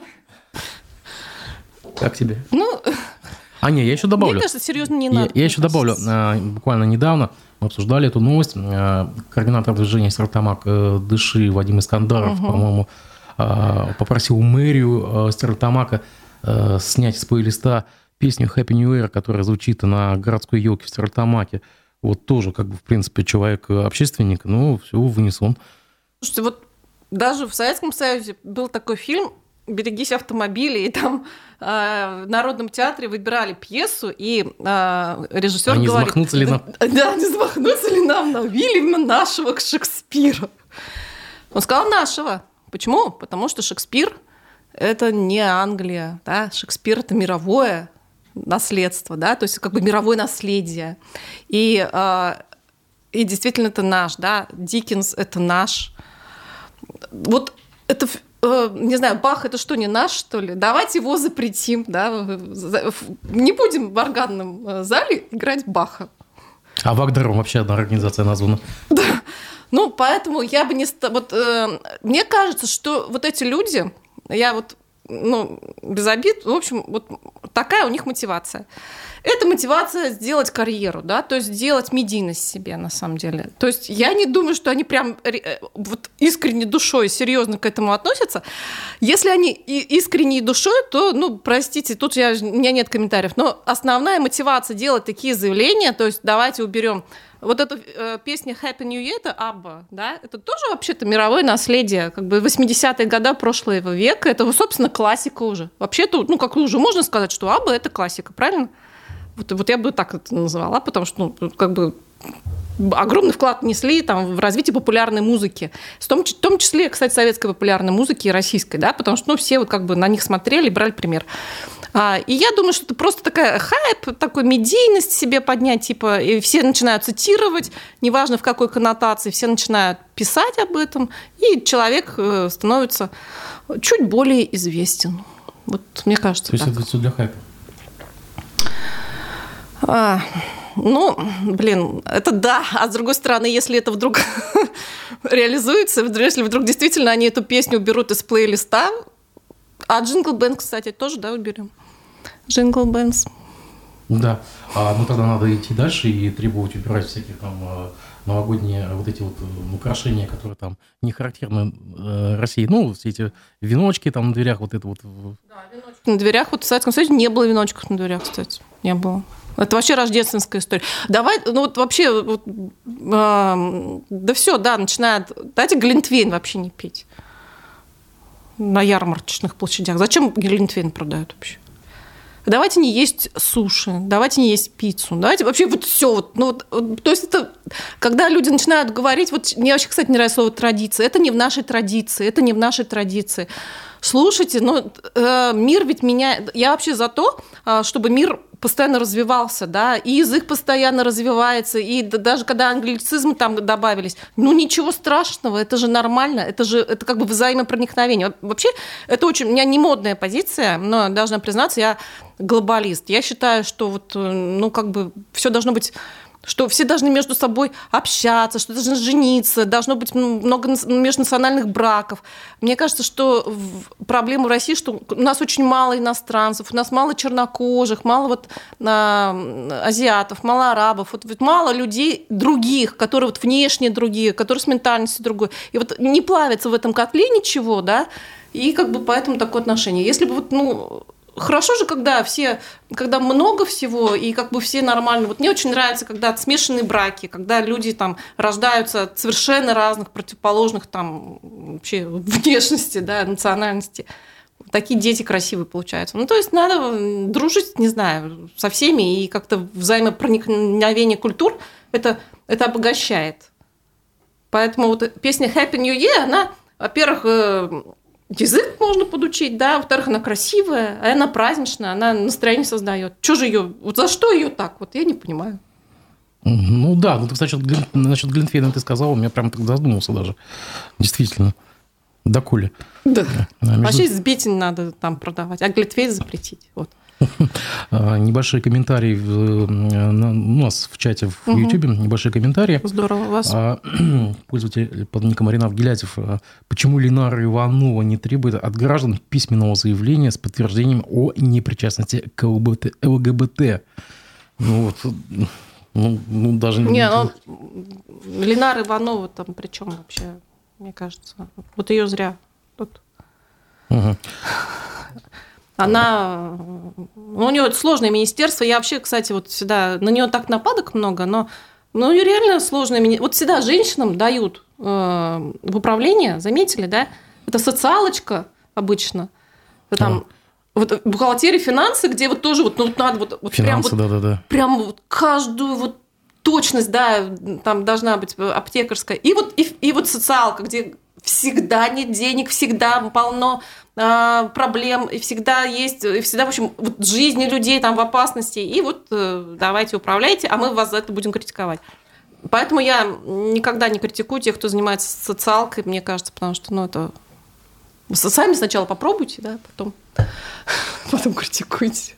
Как тебе? Ну, а не, я еще добавлю. Мне кажется, серьезно не надо. Я, я еще добавлю. Буквально недавно мы обсуждали эту новость. Координатор движения «Стерлитамак» Дыши Вадим Искандаров, угу. по-моему, попросил мэрию Стерлитамака снять с плейлиста песню «Happy New Year», которая звучит на городской елке в Стерлитамаке. Вот тоже, как бы, в принципе, человек-общественник, но все вынес он. Слушайте, вот даже в Советском Союзе был такой фильм «Берегись автомобилей», и там э, в Народном театре выбирали пьесу, и э, режиссер а не говорит... замахнуться ли нам? Да, не замахнуться ли нам на Вильяма нашего к Шекспиру? Он сказал нашего. Почему? Потому что Шекспир – это не Англия, да? Шекспир – это мировое наследство, да? То есть как бы мировое наследие. И, э, и действительно это наш, да? Диккенс – это наш. Вот это... Не знаю, Бах – это что, не наш, что ли? Давайте его запретим, да? Не будем в органном зале играть Баха. А Вагнером вообще одна организация названа. Да. Ну, поэтому я бы не... Вот, э, мне кажется, что вот эти люди, я вот, ну, без обид, в общем, вот такая у них мотивация. Это мотивация сделать карьеру, да, то есть сделать медийность себе, на самом деле. То есть я не думаю, что они прям вот искренне душой, серьезно к этому относятся. Если они искренней душой, то, ну, простите, тут я, у меня нет комментариев, но основная мотивация делать такие заявления, то есть давайте уберем вот эту э, песню «Happy New Year», это Абба, да, это тоже вообще-то мировое наследие, как бы восьмидесятые годы прошлого века, это, собственно, классика уже. Вообще-то, ну, как уже можно сказать, что Абба – это классика, правильно? Вот, вот я бы так это назвала, потому что, ну, как бы огромный вклад внесли там, в развитие популярной музыки, в том, в том числе, кстати, советской популярной музыки и российской, да, потому что, ну, все вот как бы на них смотрели, брали пример. А, и я думаю, что это просто такая хайп, такой медийность себе поднять, типа, и все начинают цитировать, неважно в какой коннотации, все начинают писать об этом, и человек становится чуть более известен. Вот мне кажется, то есть так. Это все для хайпа? А, ну, блин, это да. А с другой стороны, если это вдруг реализуется, если вдруг действительно они эту песню уберут из плейлиста, а Jingle Bells, кстати, тоже, да, уберем? Jingle Bells. Да. А, ну тогда надо идти дальше и требовать убирать всяких там новогодние вот эти вот украшения, которые там не характерны э, России. Ну, все эти веночки там на дверях, вот это вот. Да, веночки на дверях. Вот в Советском Союзе не было веночков на дверях, кстати. Не было. Это вообще рождественская история. Давай, ну вот вообще, вот, э, да все, да, начинают... Давайте глинтвейн вообще не пить на ярмарочных площадях. Зачем глинтвейн продают вообще? Давайте не есть суши, давайте не есть пиццу, давайте вообще вот все. Вот, ну, вот, то есть это, когда люди начинают говорить, вот мне вообще, кстати, не нравится слово «традиция», это не в нашей традиции, это не в нашей традиции. Слушайте, ну, э, мир ведь меняет... Я вообще за то, чтобы мир постоянно развивался, да, и язык постоянно развивается, и даже когда англицизмы там добавились, ну, ничего страшного, это же нормально, это же это как бы взаимопроникновение. Вообще, это очень... У меня не модная позиция, но, должна признаться, я глобалист. Я считаю, что вот, ну, как бы все должно быть... что все должны между собой общаться, что должны жениться, должно быть много межнациональных браков. Мне кажется, что проблема в России, что у нас очень мало иностранцев, у нас мало чернокожих, мало вот, а, азиатов, мало арабов, вот, вот мало людей других, которые вот внешне другие, которые с ментальностью другой. И вот не плавится в этом котле ничего, да, и как бы поэтому такое отношение. Если бы вот, ну, хорошо же, когда все, когда много всего, и как бы все нормально. Вот мне очень нравится, когда смешанные браки, когда люди там рождаются от совершенно разных противоположных там вообще внешности, да, национальности. Такие дети красивые получаются. Ну, то есть надо дружить, не знаю, со всеми, и как-то взаимопроникновение культур это, это обогащает. Поэтому вот песня Happy New Year, она, во-первых, язык можно подучить, да, во-вторых, она красивая, а она праздничная, она настроение создает. Чего же ее, вот за что ее так? Вот я не понимаю. Ну да, ну ты, кстати, насчет Глинтвейна ты сказала, я прям так задумался даже. Действительно. Доколе. Да. А между... Вообще сбитень надо там продавать, а Глинтвейн запретить. Вот. Небольшие комментарии у нас в чате в угу. YouTube, небольшие комментарии. Здорово у вас. Пользователь под ником Ренат Гилятев. Почему Ленара Иванова не требует от граждан письменного заявления с подтверждением о непричастности к ЛГБТ? Ну вот, ну, ну даже... Не, ну, Ленара Иванова там при чем вообще, мне кажется? Вот ее зря тут... Угу. Она, ну, у нее сложное министерство. Я вообще, кстати, вот всегда на нее так нападок много, но, но у нее реально сложное министерство. Вот всегда женщинам дают э, в управление, заметили, да? Это социалочка обычно, там а. вот бухгалтерия, финансы, где вот тоже вот, ну, вот надо вот, вот финансы, прям, да, вот, да, да. прям вот каждую вот точность, да, там должна быть аптекарская. И вот, и, и вот социалка, где всегда нет денег, всегда полно проблем, и всегда есть, и всегда, в общем, вот жизни людей там в опасности, и вот давайте управляйте, а мы вас за это будем критиковать. Поэтому я никогда не критикую тех, кто занимается социалкой, мне кажется, потому что, ну, это... Вы сами сначала попробуйте, да, потом, потом критикуйте.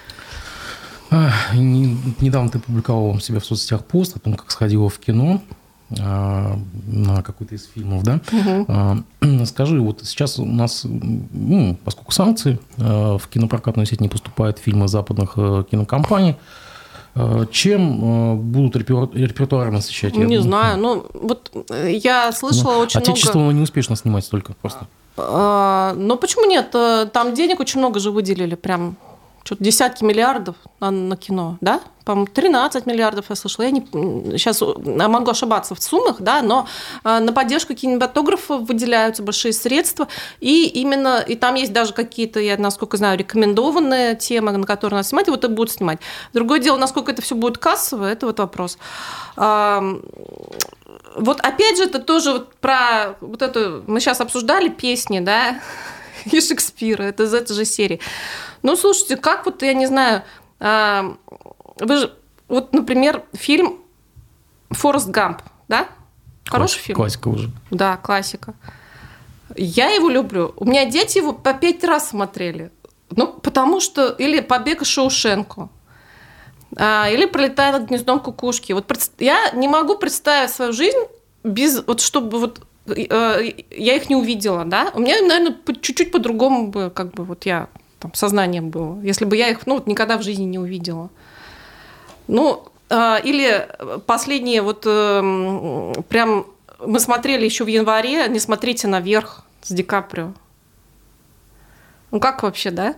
Недавно ты публиковал у себя в соцсетях пост о том, как сходила в кино на какой-то из фильмов, да? Угу. Скажи, вот сейчас у нас, ну, поскольку санкции, в кинопрокатную сеть не поступают фильмы западных кинокомпаний, чем будут репертуар насыщать? Не я знаю, ну вот я слышала ну, очень отечественного много... не успешно снимать столько просто. А, ну почему нет? Там денег очень много же выделили, прям что-то десятки миллиардов на, на кино, да? По-моему, тринадцать миллиардов я слышала. Я не, сейчас могу ошибаться в суммах, да, но на поддержку кинематографа выделяются большие средства. И именно, и там есть даже какие-то, я насколько знаю, рекомендованные темы, на которые надо снимать, и вот это будут снимать. Другое дело, насколько это все будет кассово, это вот вопрос. Вот опять же, это тоже вот про вот это, мы сейчас обсуждали песни, да, и Шекспира, это из этой же серии. Ну, слушайте, как вот, я не знаю, вы же, вот, например, фильм «Форрест Гамп», да? Хороший Классика, фильм? Классика уже. Да, классика. Я его люблю. У меня дети его по пять раз смотрели. Ну, потому что... Или «Побег из Шоушенко», или «Пролетая над гнездом кукушки». Вот я не могу представить свою жизнь без... Вот чтобы вот... Я их не увидела, да? У меня, наверное, чуть-чуть по-другому бы, как бы, вот я... Там, сознанием было, если бы я их ну, вот никогда в жизни не увидела. Ну, э, или последние, вот э, прям мы смотрели еще в январе «Не смотрите наверх» с Ди Каприо. Ну, как вообще, да?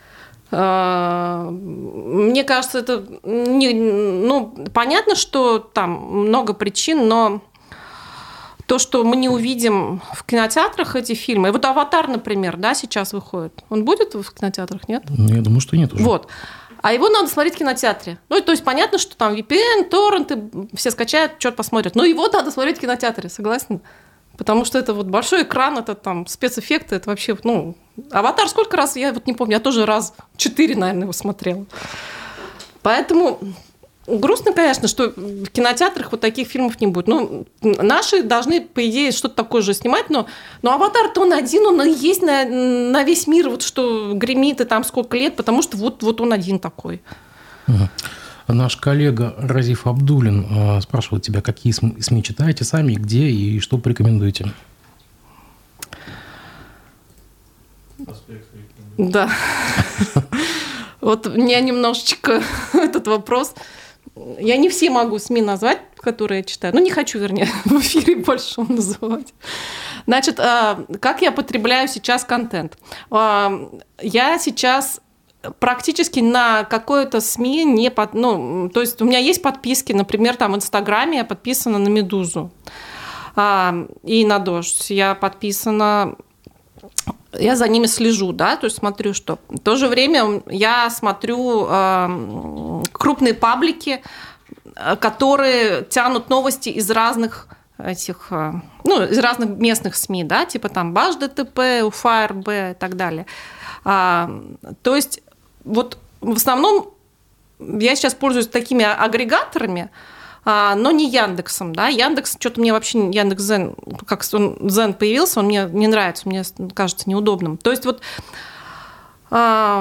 Э, мне кажется, это... Не, ну, понятно, что там много причин, но... То, что мы не увидим в кинотеатрах эти фильмы. И вот «Аватар», например, да, сейчас выходит. Он будет в кинотеатрах, нет? Я думаю, что нет уже. Вот. А его надо смотреть в кинотеатре. Ну, то есть понятно, что там ви пи эн, торренты, все скачают, что-то посмотрят. Но его надо смотреть в кинотеатре, согласны? Потому что это вот большой экран, это там спецэффекты, это вообще, ну... «Аватар» сколько раз, я вот не помню, я тоже раз четыре, наверное, его смотрела. Поэтому... Грустно, конечно, что в кинотеатрах вот таких фильмов не будет. Ну, наши должны, по идее, что-то такое же снимать, но, но «Аватар»-то он один, он и есть на, на весь мир, вот что гремит и там сколько лет, потому что вот, вот он один такой. Угу. Наш коллега Разиф Абдулин э, спрашивает тебя, какие СМИ читаете сами, где и что порекомендуете? Да. Вот у меня немножечко этот вопрос... Я не все могу СМИ назвать, которые я читаю. Ну, не хочу, вернее, в эфире больше называть. Значит, как я потребляю сейчас контент? Я сейчас практически на какое-то СМИ не под... Ну, то есть у меня есть подписки, например, там в Инстаграме я подписана на «Медузу» а, и на «Дождь». Я подписана... Я за ними слежу, да, то есть смотрю, что. В то же время я смотрю э, крупные паблики, которые тянут новости из разных этих, ну, из разных местных СМИ, да, типа там Баш.ДТП, УФА.РБ и так далее. А, то есть вот в основном я сейчас пользуюсь такими агрегаторами, а, но не Яндексом, да. Яндекс, что-то мне вообще, Яндекс.Зен, как он, Зен появился, он мне не нравится, мне кажется неудобным. То есть вот а,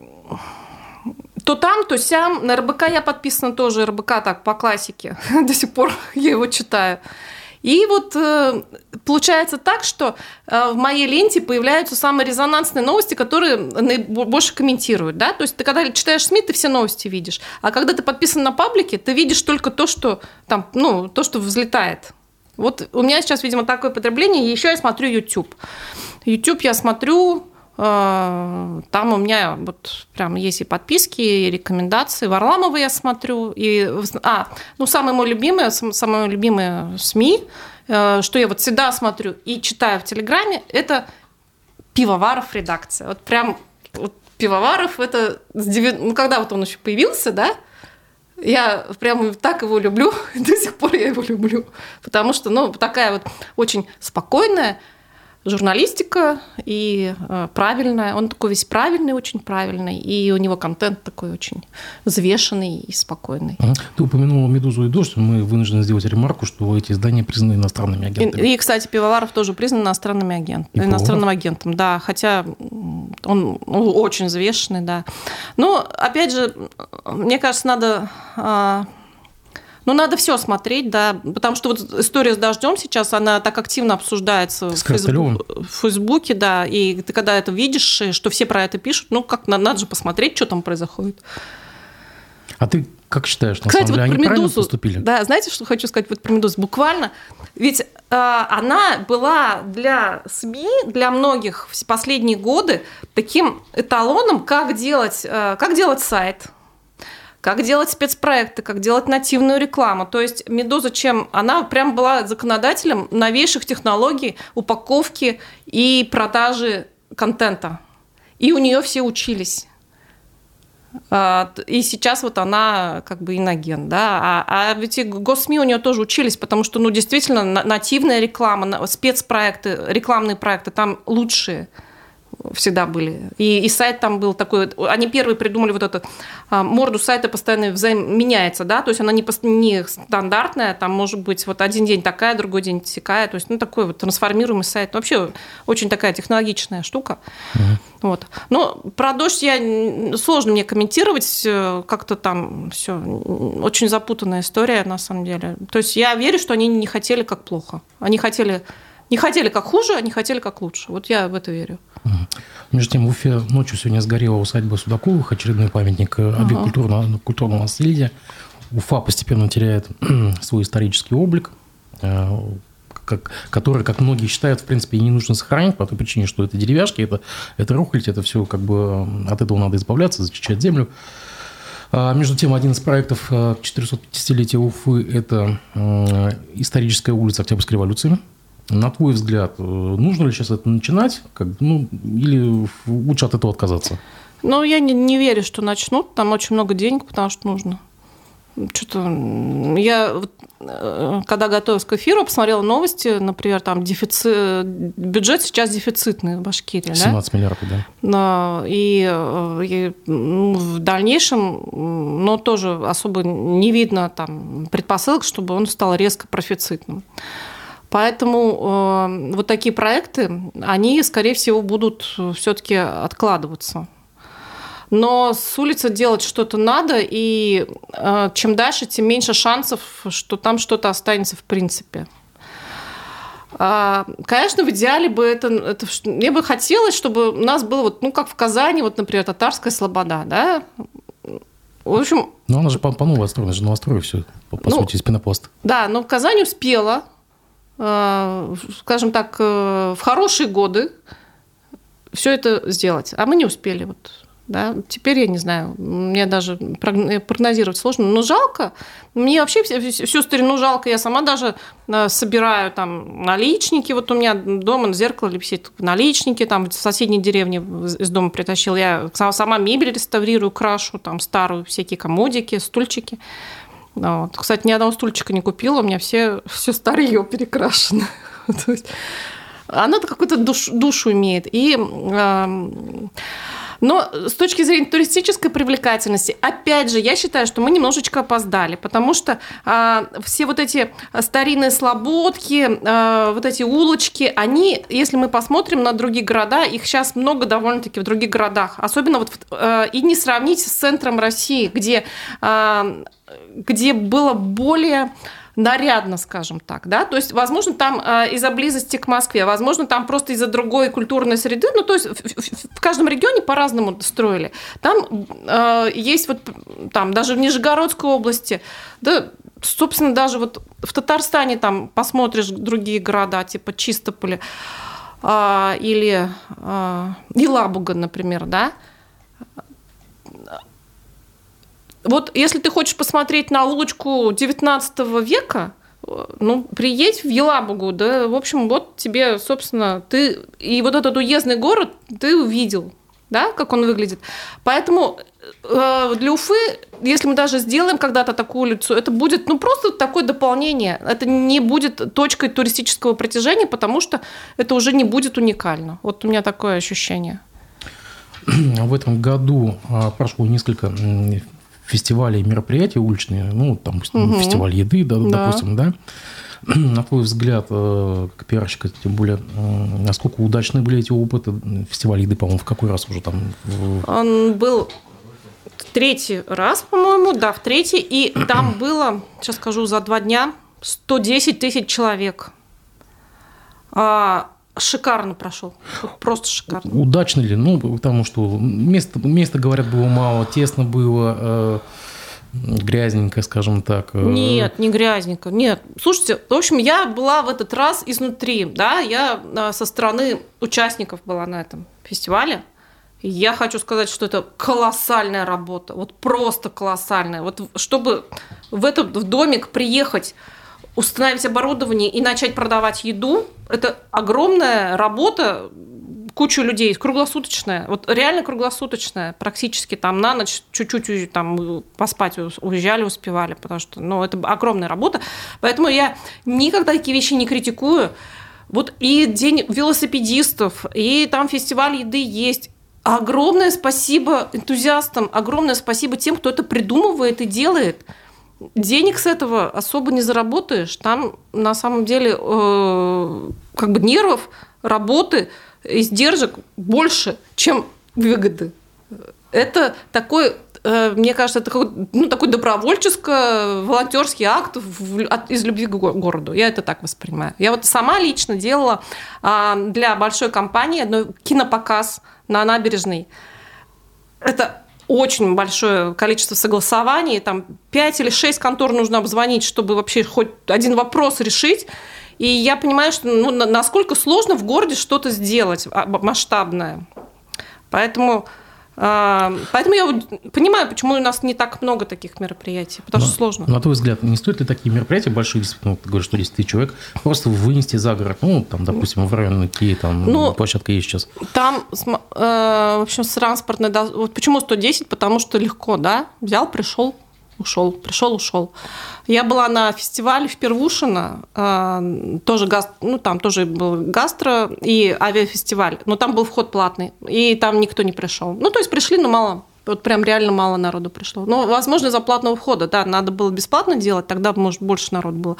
то там, то сям. На РБК я подписана тоже, РБК так, по классике, до сих пор я его читаю. И вот получается так, что в моей ленте появляются самые резонансные новости, которые больше комментируют. Да? То есть ты когда читаешь СМИ, ты все новости видишь. А когда ты подписан на паблике, ты видишь только то, что, там, ну, то, что взлетает. Вот у меня сейчас, видимо, такое потребление. И еще я смотрю YouTube. YouTube я смотрю... Там у меня вот прям есть и подписки, и рекомендации. Варламова я смотрю. И, а, ну, самое мое любимое, самое любимое СМИ, что я вот всегда смотрю и читаю в Телеграме, это Пивоваров редакция. Вот прям вот Пивоваров, это... Ну, когда вот он еще появился, да, я прям так его люблю, до сих пор я его люблю. Потому что, ну, такая вот очень спокойная журналистика и э, правильная. Он такой весь правильный, очень правильный, и у него контент такой очень взвешенный и спокойный. Ты упомянула «Медузу» и «Дождь». Мы вынуждены сделать ремарку, что эти издания признаны иностранными агентами. И, и кстати, Пивоваров тоже признан иностранными агент, иностранным агентом, да, хотя он очень взвешенный, да. Но, опять же, мне кажется, надо... Э, Ну, надо все смотреть, да, потому что вот история с «Дождем» сейчас, она так активно обсуждается в, Фейсбук, в Фейсбуке, да, и ты когда это видишь, что все про это пишут, ну, как надо же посмотреть, что там происходит. А ты как считаешь, на Кстати, самом деле, вот они про правильно «Медузу», поступили? Да, знаете, что хочу сказать вот про «Медузу»? Буквально, ведь э, она была для СМИ, для многих в последние годы таким эталоном, как делать, э, как делать сайт, как делать спецпроекты, как делать нативную рекламу. То есть «Медуза» чем? Она прям была законодателем новейших технологий упаковки и продажи контента. И у нее все учились. И сейчас вот она как бы иноген. Да? А, а ведь и госсми у нее тоже учились, потому что ну, действительно нативная реклама, спецпроекты, рекламные проекты там лучшие всегда были. И, и сайт там был такой... Они первые придумали вот это... Морду сайта постоянно взаим... меняется, да, то есть она не, не стандартная, там может быть вот один день такая, другой день такая, то есть ну такой вот трансформируемый сайт. Вообще очень такая технологичная штука. Mm-hmm. Вот. Но про «Дождь» я... сложно мне комментировать, как-то там все очень запутанная история на самом деле. То есть я верю, что они не хотели как плохо. Они хотели... Не хотели как хуже, они хотели как лучше. Вот я в это верю. Между тем, в Уфе ночью сегодня сгорела усадьба Судаковых, очередной памятник, объект ага. культурного, культурного наследия. Уфа постепенно теряет свой исторический облик, как, который, как многие считают, в принципе, и не нужно сохранить по той причине, что это деревяшки, это, это рухлядь, это все как бы от этого надо избавляться, зачищать землю. Между тем, один из проектов четырехсотпятидесятилетия Уфы – это историческая улица Октябрьской революции. На твой взгляд, нужно ли сейчас это начинать, как, ну, или лучше от этого отказаться? Ну, я не, не верю, что начнут. Там очень много денег, потому что нужно. Что-то... Я, когда готовилась к эфиру, посмотрела новости, например, там дефицит... бюджет сейчас дефицитный в Башкирии. семнадцать да? миллиардов, да. И, и в дальнейшем, но тоже особо не видно там предпосылок, чтобы он стал резко профицитным. Поэтому э, вот такие проекты, они, скорее всего, будут все-таки откладываться. Но с улицы делать что-то надо, и э, чем дальше, тем меньше шансов, что там что-то останется в принципе. А, конечно, в идеале бы это, это... Мне бы хотелось, чтобы у нас было, вот, ну, как в Казани, вот, например, Татарская слобода, да? В общем... Но она же по, по новой отстроена, же новострой все, по, по ну, сути, из пенопласта. Да, но Казань успела... скажем так, в хорошие годы все это сделать. А мы не успели. Вот. Да? Теперь я не знаю, мне даже прогнозировать сложно, но жалко. Мне вообще всю старину жалко. Я сама даже собираю там наличники. Вот у меня дома на зеркало висит наличники, там в соседней деревне из дома притащил. Я сама мебель реставрирую, крашу, там старую, всякие комодики, стульчики. Вот. Кстати, ни одного стульчика не купила, у меня все, все старье перекрашено. То есть оно какую-то душ, душу имеет. И... Но с точки зрения туристической привлекательности, опять же, я считаю, что мы немножечко опоздали, потому что э, все вот эти старинные слободки, э, вот эти улочки, они, если мы посмотрим на другие города, их сейчас много довольно-таки в других городах, особенно вот э, и не сравнить с центром России, где, э, где было более... нарядно, скажем так, да, то есть, возможно, там э, из-за близости к Москве, возможно, там просто из-за другой культурной среды, ну, то есть в, в, в каждом регионе по-разному строили. Там э, есть вот, там, даже в Нижегородской области, да, собственно, даже вот в Татарстане там посмотришь другие города, типа Чистополя э, или э, Елабуга, например, да. Вот если ты хочешь посмотреть на улочку девятнадцатого века, ну, приедь в Елабугу, да, в общем, вот тебе, собственно, ты и вот этот уездный город ты увидел, да, как он выглядит. Поэтому э, для Уфы, если мы даже сделаем когда-то такую улицу, это будет, ну, просто такое дополнение. Это не будет точкой туристического притяжения, потому что это уже не будет уникально. Вот у меня такое ощущение. В этом году прошло несколько фестивалей, мероприятий уличные, ну, там, угу. фестиваль еды, да, да. допустим, да. На твой взгляд, как пиарщика, тем более, насколько удачны были эти опыты? Фестиваль еды, по-моему, в какой раз уже там? Он был третий раз, по-моему, да, в третий, и там было, сейчас скажу, за два дня сто десять тысяч человек. Шикарно прошел. Просто шикарно. Удачно ли? Ну, потому что места, места, говорят, было мало, тесно было, э, грязненько, скажем так. Нет, не грязненько. Нет. Слушайте, в общем, я была в этот раз изнутри, да, я со стороны участников была на этом фестивале. Я хочу сказать, что это колоссальная работа. Вот просто колоссальная. Вот чтобы в этот в домик приехать, установить оборудование и начать продавать еду, это огромная работа, куча людей, круглосуточная, вот реально круглосуточная, практически там на ночь чуть-чуть там поспать уезжали, успевали, потому что, ну, это огромная работа, поэтому я никогда такие вещи не критикую. Вот и день велосипедистов, и там фестиваль еды есть. Огромное спасибо энтузиастам, огромное спасибо тем, кто это придумывает и делает. Денег с этого особо не заработаешь. Там на самом деле э, как бы нервов, работы, издержек больше, чем выгоды. Это такой, э, мне кажется, это такой, ну, такой добровольческо-волонтерский акт в, от, из любви к городу. Я это так воспринимаю. Я вот сама лично делала э, для большой компании одной кинопоказ на набережной. Это очень большое количество согласований, там пять или шесть контор нужно обзвонить, чтобы вообще хоть один вопрос решить. И я понимаю, что, ну, насколько сложно в городе что-то сделать масштабное. Поэтому, э, поэтому я понимаю, почему у нас не так много таких мероприятий, потому Но, что сложно. На твой взгляд, не стоит ли такие мероприятия большие, действительно, ты говоришь, что десять тысяч человек, просто вынести за город, ну, там, допустим, в районе Киев, там, ну, площадка есть сейчас? Там, э, в общем, с транспортной... Вот почему сто десять? Потому что легко, да? Взял, пришел, ушел, пришел, ушел. Я была на фестивале в Первушино, э, тоже, гас... ну, там тоже был гастро и авиафестиваль, но там был вход платный, и там никто не пришел. Ну, то есть пришли, но мало. Вот прям реально мало народу пришло. Но, возможно, из-за платного входа, да, надо было бесплатно делать, тогда, может, больше народ было.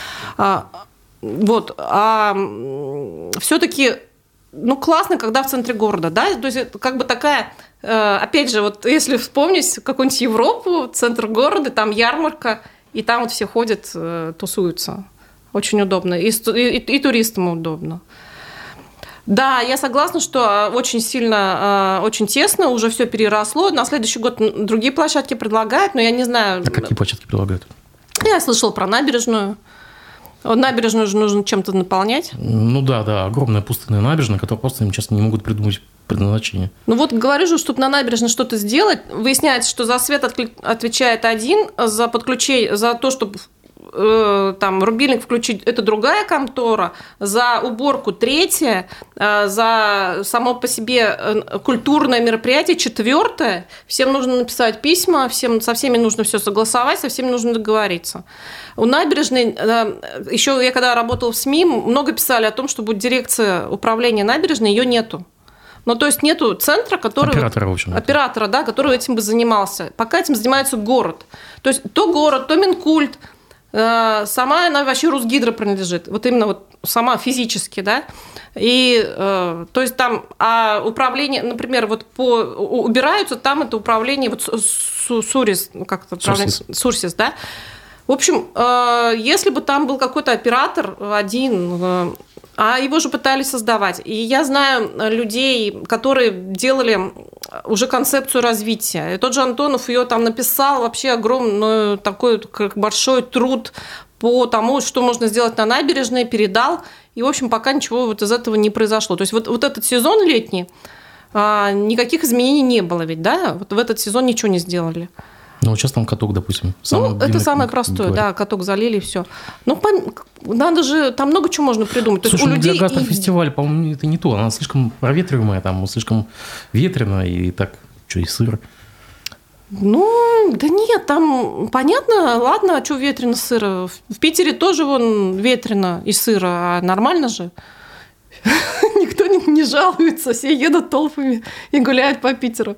А, вот. А все-таки, ну, классно, когда в центре города, да, то есть это как бы такая, опять же, вот если вспомнить какую-нибудь Европу, центр города, там ярмарка, и там вот все ходят, тусуются. Очень удобно. И, и, и туристам удобно. Да, я согласна, что очень сильно, очень тесно, уже все переросло. На следующий год другие площадки предлагают, но я не знаю. А какие площадки предлагают? Я слышала про набережную. Набережную же нужно чем-то наполнять. Ну да, да, огромная пустынная набережная, которая просто им сейчас не могут придумать предназначение. Ну вот говорю же, чтобы на набережной что-то сделать, выясняется, что за свет отвечает один, за подключение, за то, чтобы э, там рубильник включить, это другая контора, за уборку третья, э, за само по себе культурное мероприятие четвертое. Всем нужно написать письма, всем, со всеми нужно все согласовать, со всеми нужно договориться. У набережной, э, еще я когда работала в СМИ, много писали о том, что будет дирекция управления набережной, ее нету. Ну, то есть нету центра, который... Оператора, в общем. Оператора, да, который этим бы занимался. Пока этим занимается город. То есть то город, то Минкульт, э, сама она вообще Русгидро принадлежит. Вот именно вот сама физически, да. И, э, то есть там, а управление, например, вот по... Убираются, там это управление, вот Сурис, как это правильно? Сурсис, да. В общем, э, если бы там был какой-то оператор один... Э, А его же пытались создавать. И я знаю людей, которые делали уже концепцию развития. И тот же Антонов ее там написал, вообще огромный такой большой труд по тому, что можно сделать на набережной, передал. И, в общем, пока ничего вот из этого не произошло. То есть вот, вот этот сезон летний, никаких изменений не было ведь, да? Вот в этот сезон ничего не сделали. Ну, сейчас там каток, допустим. Ну, это самое простое, да, каток залили, и все. Ну, надо же, там много чего можно придумать. Слушай, То есть у ну, людей для гастрофестиваля, по-моему, это не то. Она слишком проветриваемая, там слишком ветрено, и так, что, и сыр. Ну, да нет, там понятно, ладно, а что ветрено, сыро. В Питере тоже вон ветрено и сыро, а нормально же. Никто не жалуется, все едут толпами и гуляют по Питеру.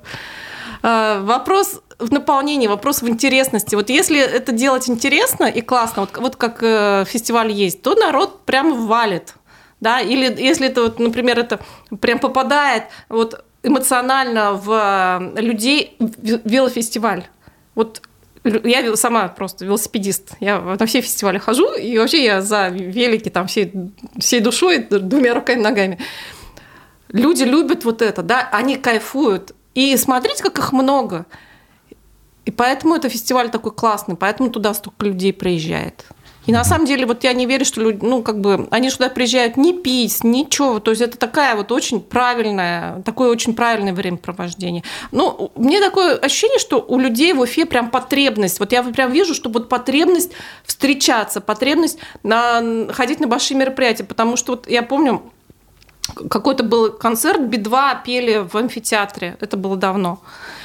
Вопрос в наполнении, вопрос в интересности. Вот если это делать интересно и классно, вот, вот как э, фестиваль есть, то народ прямо валит. Да? Или если это, вот, например, это прям попадает вот, эмоционально в людей, в велофестиваль. Вот я сама просто велосипедист. Я на все фестивали хожу, и вообще я за велики там всей, всей душой, двумя руками, ногами. Люди любят вот это, да? Они кайфуют. И смотрите, как их много. И поэтому это фестиваль такой классный, поэтому туда столько людей приезжает. И на самом деле, вот я не верю, что люди, ну, как бы, они сюда приезжают не пить, ничего. То есть это такая вот очень правильная, такое очень правильное времяпровождение. Ну, мне такое ощущение, что у людей в Уфе прям потребность. Вот я прям вижу, что вот потребность встречаться, потребность на, ходить на большие мероприятия. Потому что вот я помню, какой-то был концерт, Би два пели в амфитеатре. Это было давно.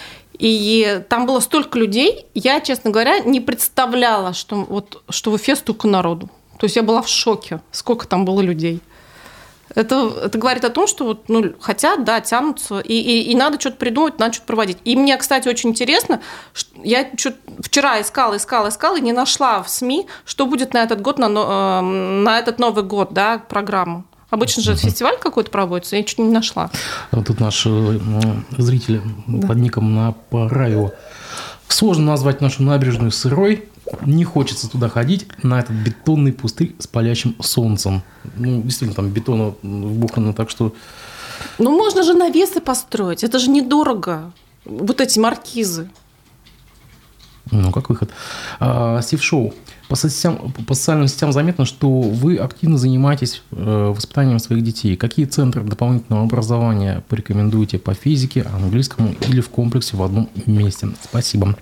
И там было столько людей, я, честно говоря, не представляла, что, вот, что в Уфе столько народу. То есть я была в шоке, сколько там было людей. Это, это говорит о том, что вот, ну, хотят, да, тянутся, и, и, и надо что-то придумать, надо что-то проводить. И мне, кстати, очень интересно, я вчера искала, искала, искала, и не нашла в СМИ, что будет на этот год, на, на этот Новый год, да, программу. Обычно же фестиваль какой-то проводится, я чуть не нашла. Тут наш зритель да. под ником Направил. Сложно назвать нашу набережную сырой. Не хочется туда ходить, на этот бетонный пустырь с палящим солнцем. Ну, действительно, там бетона вбухано, так что... Ну, можно же навесы построить, это же недорого. Вот эти маркизы. Ну, как выход. А, Стив Шоу. По, соцсетям, по социальным сетям заметно, что вы активно занимаетесь э, воспитанием своих детей. Какие центры дополнительного образования порекомендуете по физике, английскому или в комплексе в одном месте? Спасибо.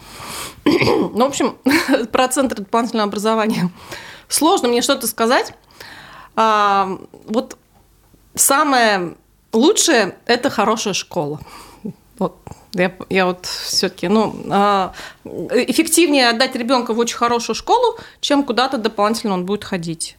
Ну, в общем, про центры дополнительного образования сложно мне что-то сказать. А, вот самое лучшее – это хорошая школа. Вот. Я, я вот все-таки, ну, эффективнее отдать ребенка в очень хорошую школу, чем куда-то дополнительно он будет ходить.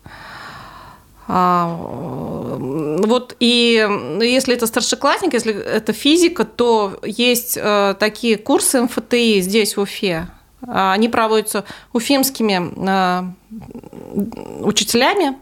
Вот, и если это старшеклассник, если это физика, то есть такие курсы эм эф тэ и здесь, в Уфе. Они проводятся уфимскими учителями,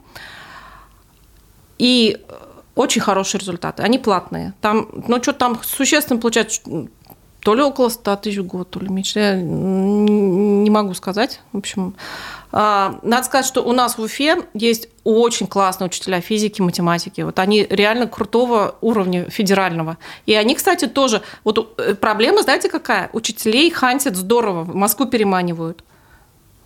и очень хорошие результаты. Они платные. Там, ну, что там существенно получается, то ли около ста тысяч в год, то ли меньше. Я не могу сказать. В общем, надо сказать, что у нас в Уфе есть очень классные учителя физики, математики. Вот они реально крутого уровня федерального. И они, кстати, тоже... Вот проблема, знаете, какая? Учителей хантят здорово, в Москву переманивают.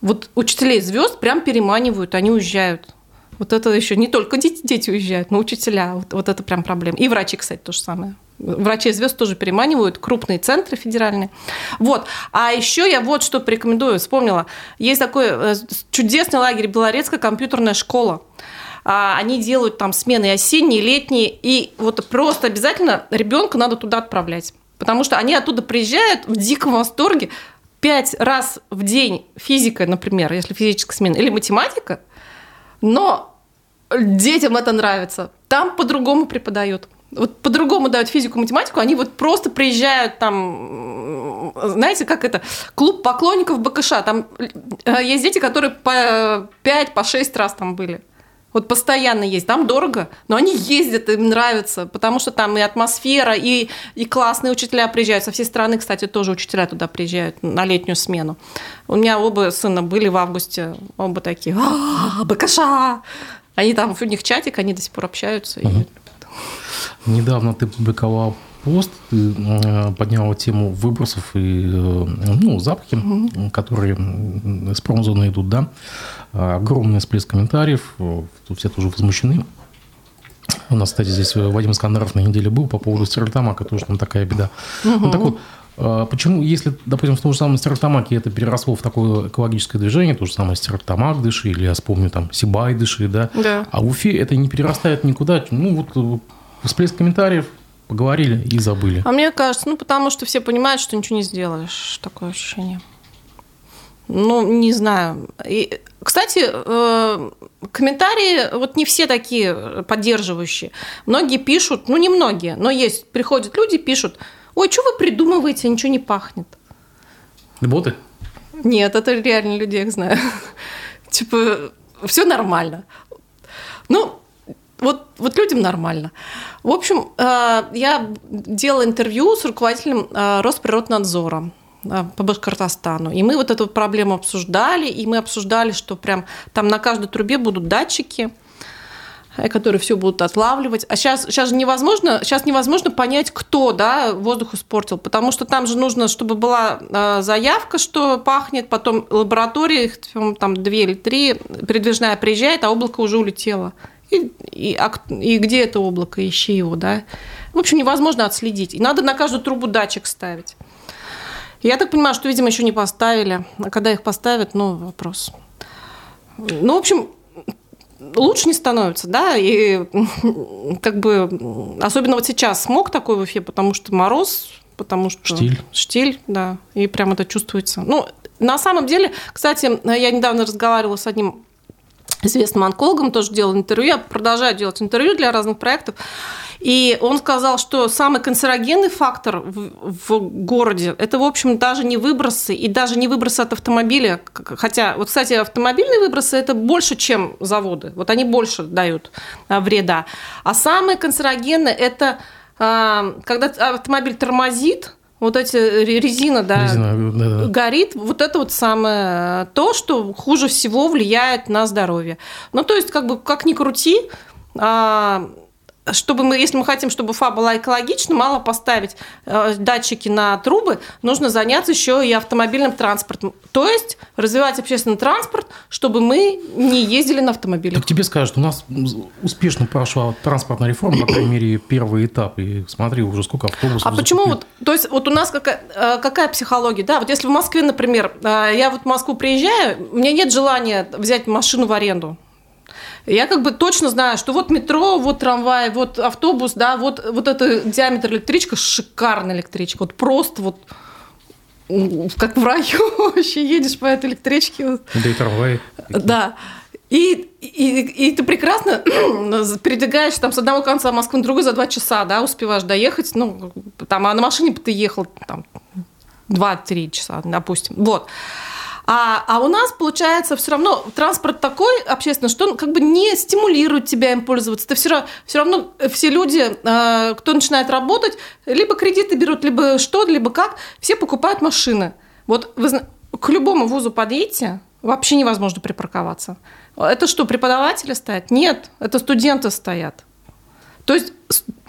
Вот учителей звезд прям переманивают, они уезжают. Вот это еще не только дети, дети уезжают, но учителя. Вот, вот это прям проблема. И врачи, кстати, то же самое. Врачей звезд тоже переманивают, крупные центры федеральные. Вот. А еще я вот что порекомендую, вспомнила. Есть такой чудесный лагерь Белорецкая компьютерная школа. Они делают там смены осенние, летние, и вот просто обязательно ребенка надо туда отправлять. Потому что они оттуда приезжают в диком восторге. Пять раз в день физика, например, если физическая смена, или математика, но детям это нравится. Там по-другому преподают. Вот по-другому дают физику, математику, они вот просто приезжают там, знаете, как это, клуб поклонников БКШ, там есть дети, которые по пять, по шесть раз там были. Вот постоянно есть, там дорого, но они ездят, им нравится, потому что там и атмосфера, и, и классные учителя приезжают. Со всей страны, кстати, тоже учителя туда приезжают на летнюю смену. У меня оба сына были в августе, оба такие, а, БКШ! Они там, у них чатик, они до сих пор общаются. Угу. И... Недавно ты публиковал пост, ты подняла тему выбросов и ну, запахи, угу. которые с промзоны идут, да. Огромный всплеск комментариев, тут все тоже возмущены. У нас, кстати, здесь Вадим Скандаров на неделе был по поводу Стерлитамака, тоже там такая беда. Угу. Ну, так вот, почему, если, допустим, в том же самом Стерлитамаке это переросло в такое экологическое движение, то же самое Стерлитамак дыши, или я вспомню там Сибай дыши, да, да. А в Уфе это не перерастает никуда, ну вот всплеск комментариев, поговорили и забыли. А мне кажется, ну потому что все понимают, что ничего не сделаешь, такое ощущение. Ну, не знаю. И, кстати, комментарии, вот не все такие поддерживающие. Многие пишут, ну, не многие, но есть, приходят люди, пишут, ой, что вы придумываете, ничего не пахнет. Боты? Нет, это реально люди, я их знаю. Типа, все нормально. Ну, вот, вот людям нормально. В общем, я делала интервью с руководителем Росприроднадзора по Башкортостану. И мы вот эту проблему обсуждали, и мы обсуждали, что прям там на каждой трубе будут датчики, которые все будут отлавливать. А сейчас, сейчас же невозможно, сейчас невозможно понять, кто, да, воздух испортил, потому что там же нужно, чтобы была заявка, что пахнет, потом лаборатория, их там две или три, передвижная приезжает, а облако уже улетело. И, и, и где это облако, ищи его, да. В общем, невозможно отследить. И надо на каждую трубу датчик ставить. Я так понимаю, что, видимо, еще не поставили. А когда их поставят, ну, вопрос. Ну, в общем, лучше не становится, да, и как бы, особенно вот сейчас смог такой в Уфе, потому что мороз, потому что... Штиль. Штиль, да, и прям это чувствуется. Ну, на самом деле, кстати, я недавно разговаривала с одним известным онкологом, тоже делала интервью, я продолжаю делать интервью для разных проектов, и он сказал, что самый канцерогенный фактор в, в городе – это, в общем, даже не выбросы, и даже не выбросы от автомобиля, хотя, вот, кстати, автомобильные выбросы – это больше, чем заводы, вот они больше дают вреда, а самое канцерогенное – это когда автомобиль тормозит, вот эти резина, да, резина, да, да. горит, вот это вот самое то, что хуже всего влияет на здоровье. Ну, то есть, как бы, как ни крути, чтобы мы, если мы хотим, чтобы Уфа была экологична, мало поставить датчики на трубы, нужно заняться еще и автомобильным транспортом. То есть развивать общественный транспорт, чтобы мы не ездили на автомобилях. Так тебе скажут, у нас успешно прошла транспортная реформа, по крайней мере, первый этап. И смотри, уже сколько автобусов. А почему вот, то есть вот у нас какая, какая психология? Да, вот если в Москве, например, я вот в Москву приезжаю, у меня нет желания взять машину в аренду. Я как бы точно знаю, что вот метро, вот трамвай, вот автобус, да, вот, вот это диаметр электричка, шикарная электричка, вот просто вот как в раю вообще едешь по этой электричке. Да и трамвай. Да. И, и, и ты прекрасно передвигаешься там с одного конца Москвы на другой за два часа, да, успеваешь доехать, ну, там, а на машине ты ехал там два-три часа, допустим, вот. А, а у нас, получается, все равно транспорт такой общественный, что он как бы не стимулирует тебя им пользоваться. Ты все равно, все равно все люди, кто начинает работать, либо кредиты берут, либо что, либо как, все покупают машины. Вот вы, к любому вузу подъедьте, вообще невозможно припарковаться. Это что, преподаватели стоят? Нет, это студенты стоят. То есть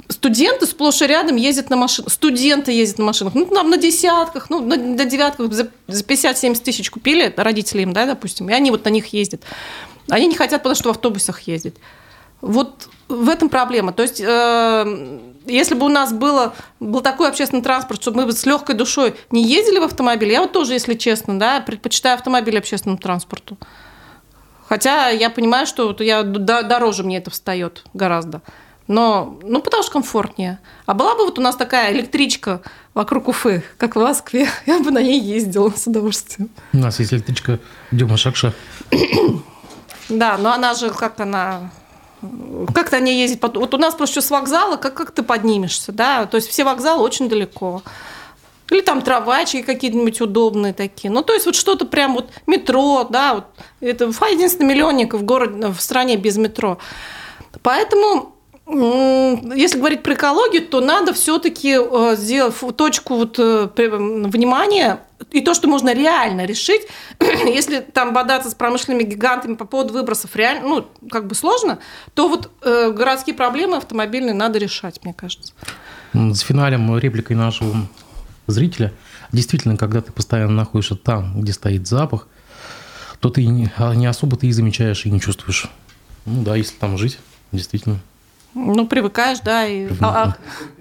студенты сплошь и рядом ездят на машинах. Студенты ездят на машинах. Ну, там на десятках, ну, на, на девятках. За, за пятьдесят-семьдесят тысяч купили родители им, да, допустим, и они вот на них ездят. Они не хотят, потому что в автобусах ездить. Вот в этом проблема. То есть, э, если бы у нас было, был такой общественный транспорт, чтобы мы бы с легкой душой не ездили в автомобиле, я вот тоже, если честно, да, предпочитаю автомобиль общественному транспорту. Хотя я понимаю, что вот я, дороже мне это встает гораздо. Но, ну, потому что комфортнее. А была бы вот у нас такая электричка вокруг Уфы, как в Москве, я бы на ней ездила с удовольствием. У нас есть электричка Дюма-Шакша. Да, но она же, как она... Как на ней ездить? Вот у нас просто с вокзала, как, как ты поднимешься, да? То есть все вокзалы очень далеко. Или там трамвайчики какие-нибудь удобные такие. Ну, то есть вот что-то прям вот метро, да, вот это Уфа единственный миллионник в городе, в стране без метро. Поэтому, если говорить про экологию, то надо все-таки сделать точку вот внимания и то, что можно реально решить. Если там бодаться с промышленными гигантами по поводу выбросов реально, ну, как бы сложно, то вот э, городские проблемы автомобильные надо решать, мне кажется. С финалем репликой нашего зрителя. Действительно, когда ты постоянно находишься там, где стоит запах, то ты не, не особо ты и замечаешь, и не чувствуешь. Ну да, если там жить, действительно. Ну, привыкаешь, да. И... А, а...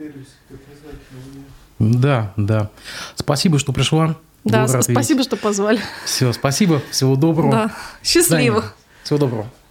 Да, да. Спасибо, что пришла. Да, спасибо, что позвали. Все, спасибо, всего доброго. Да. Счастливо. Всего доброго.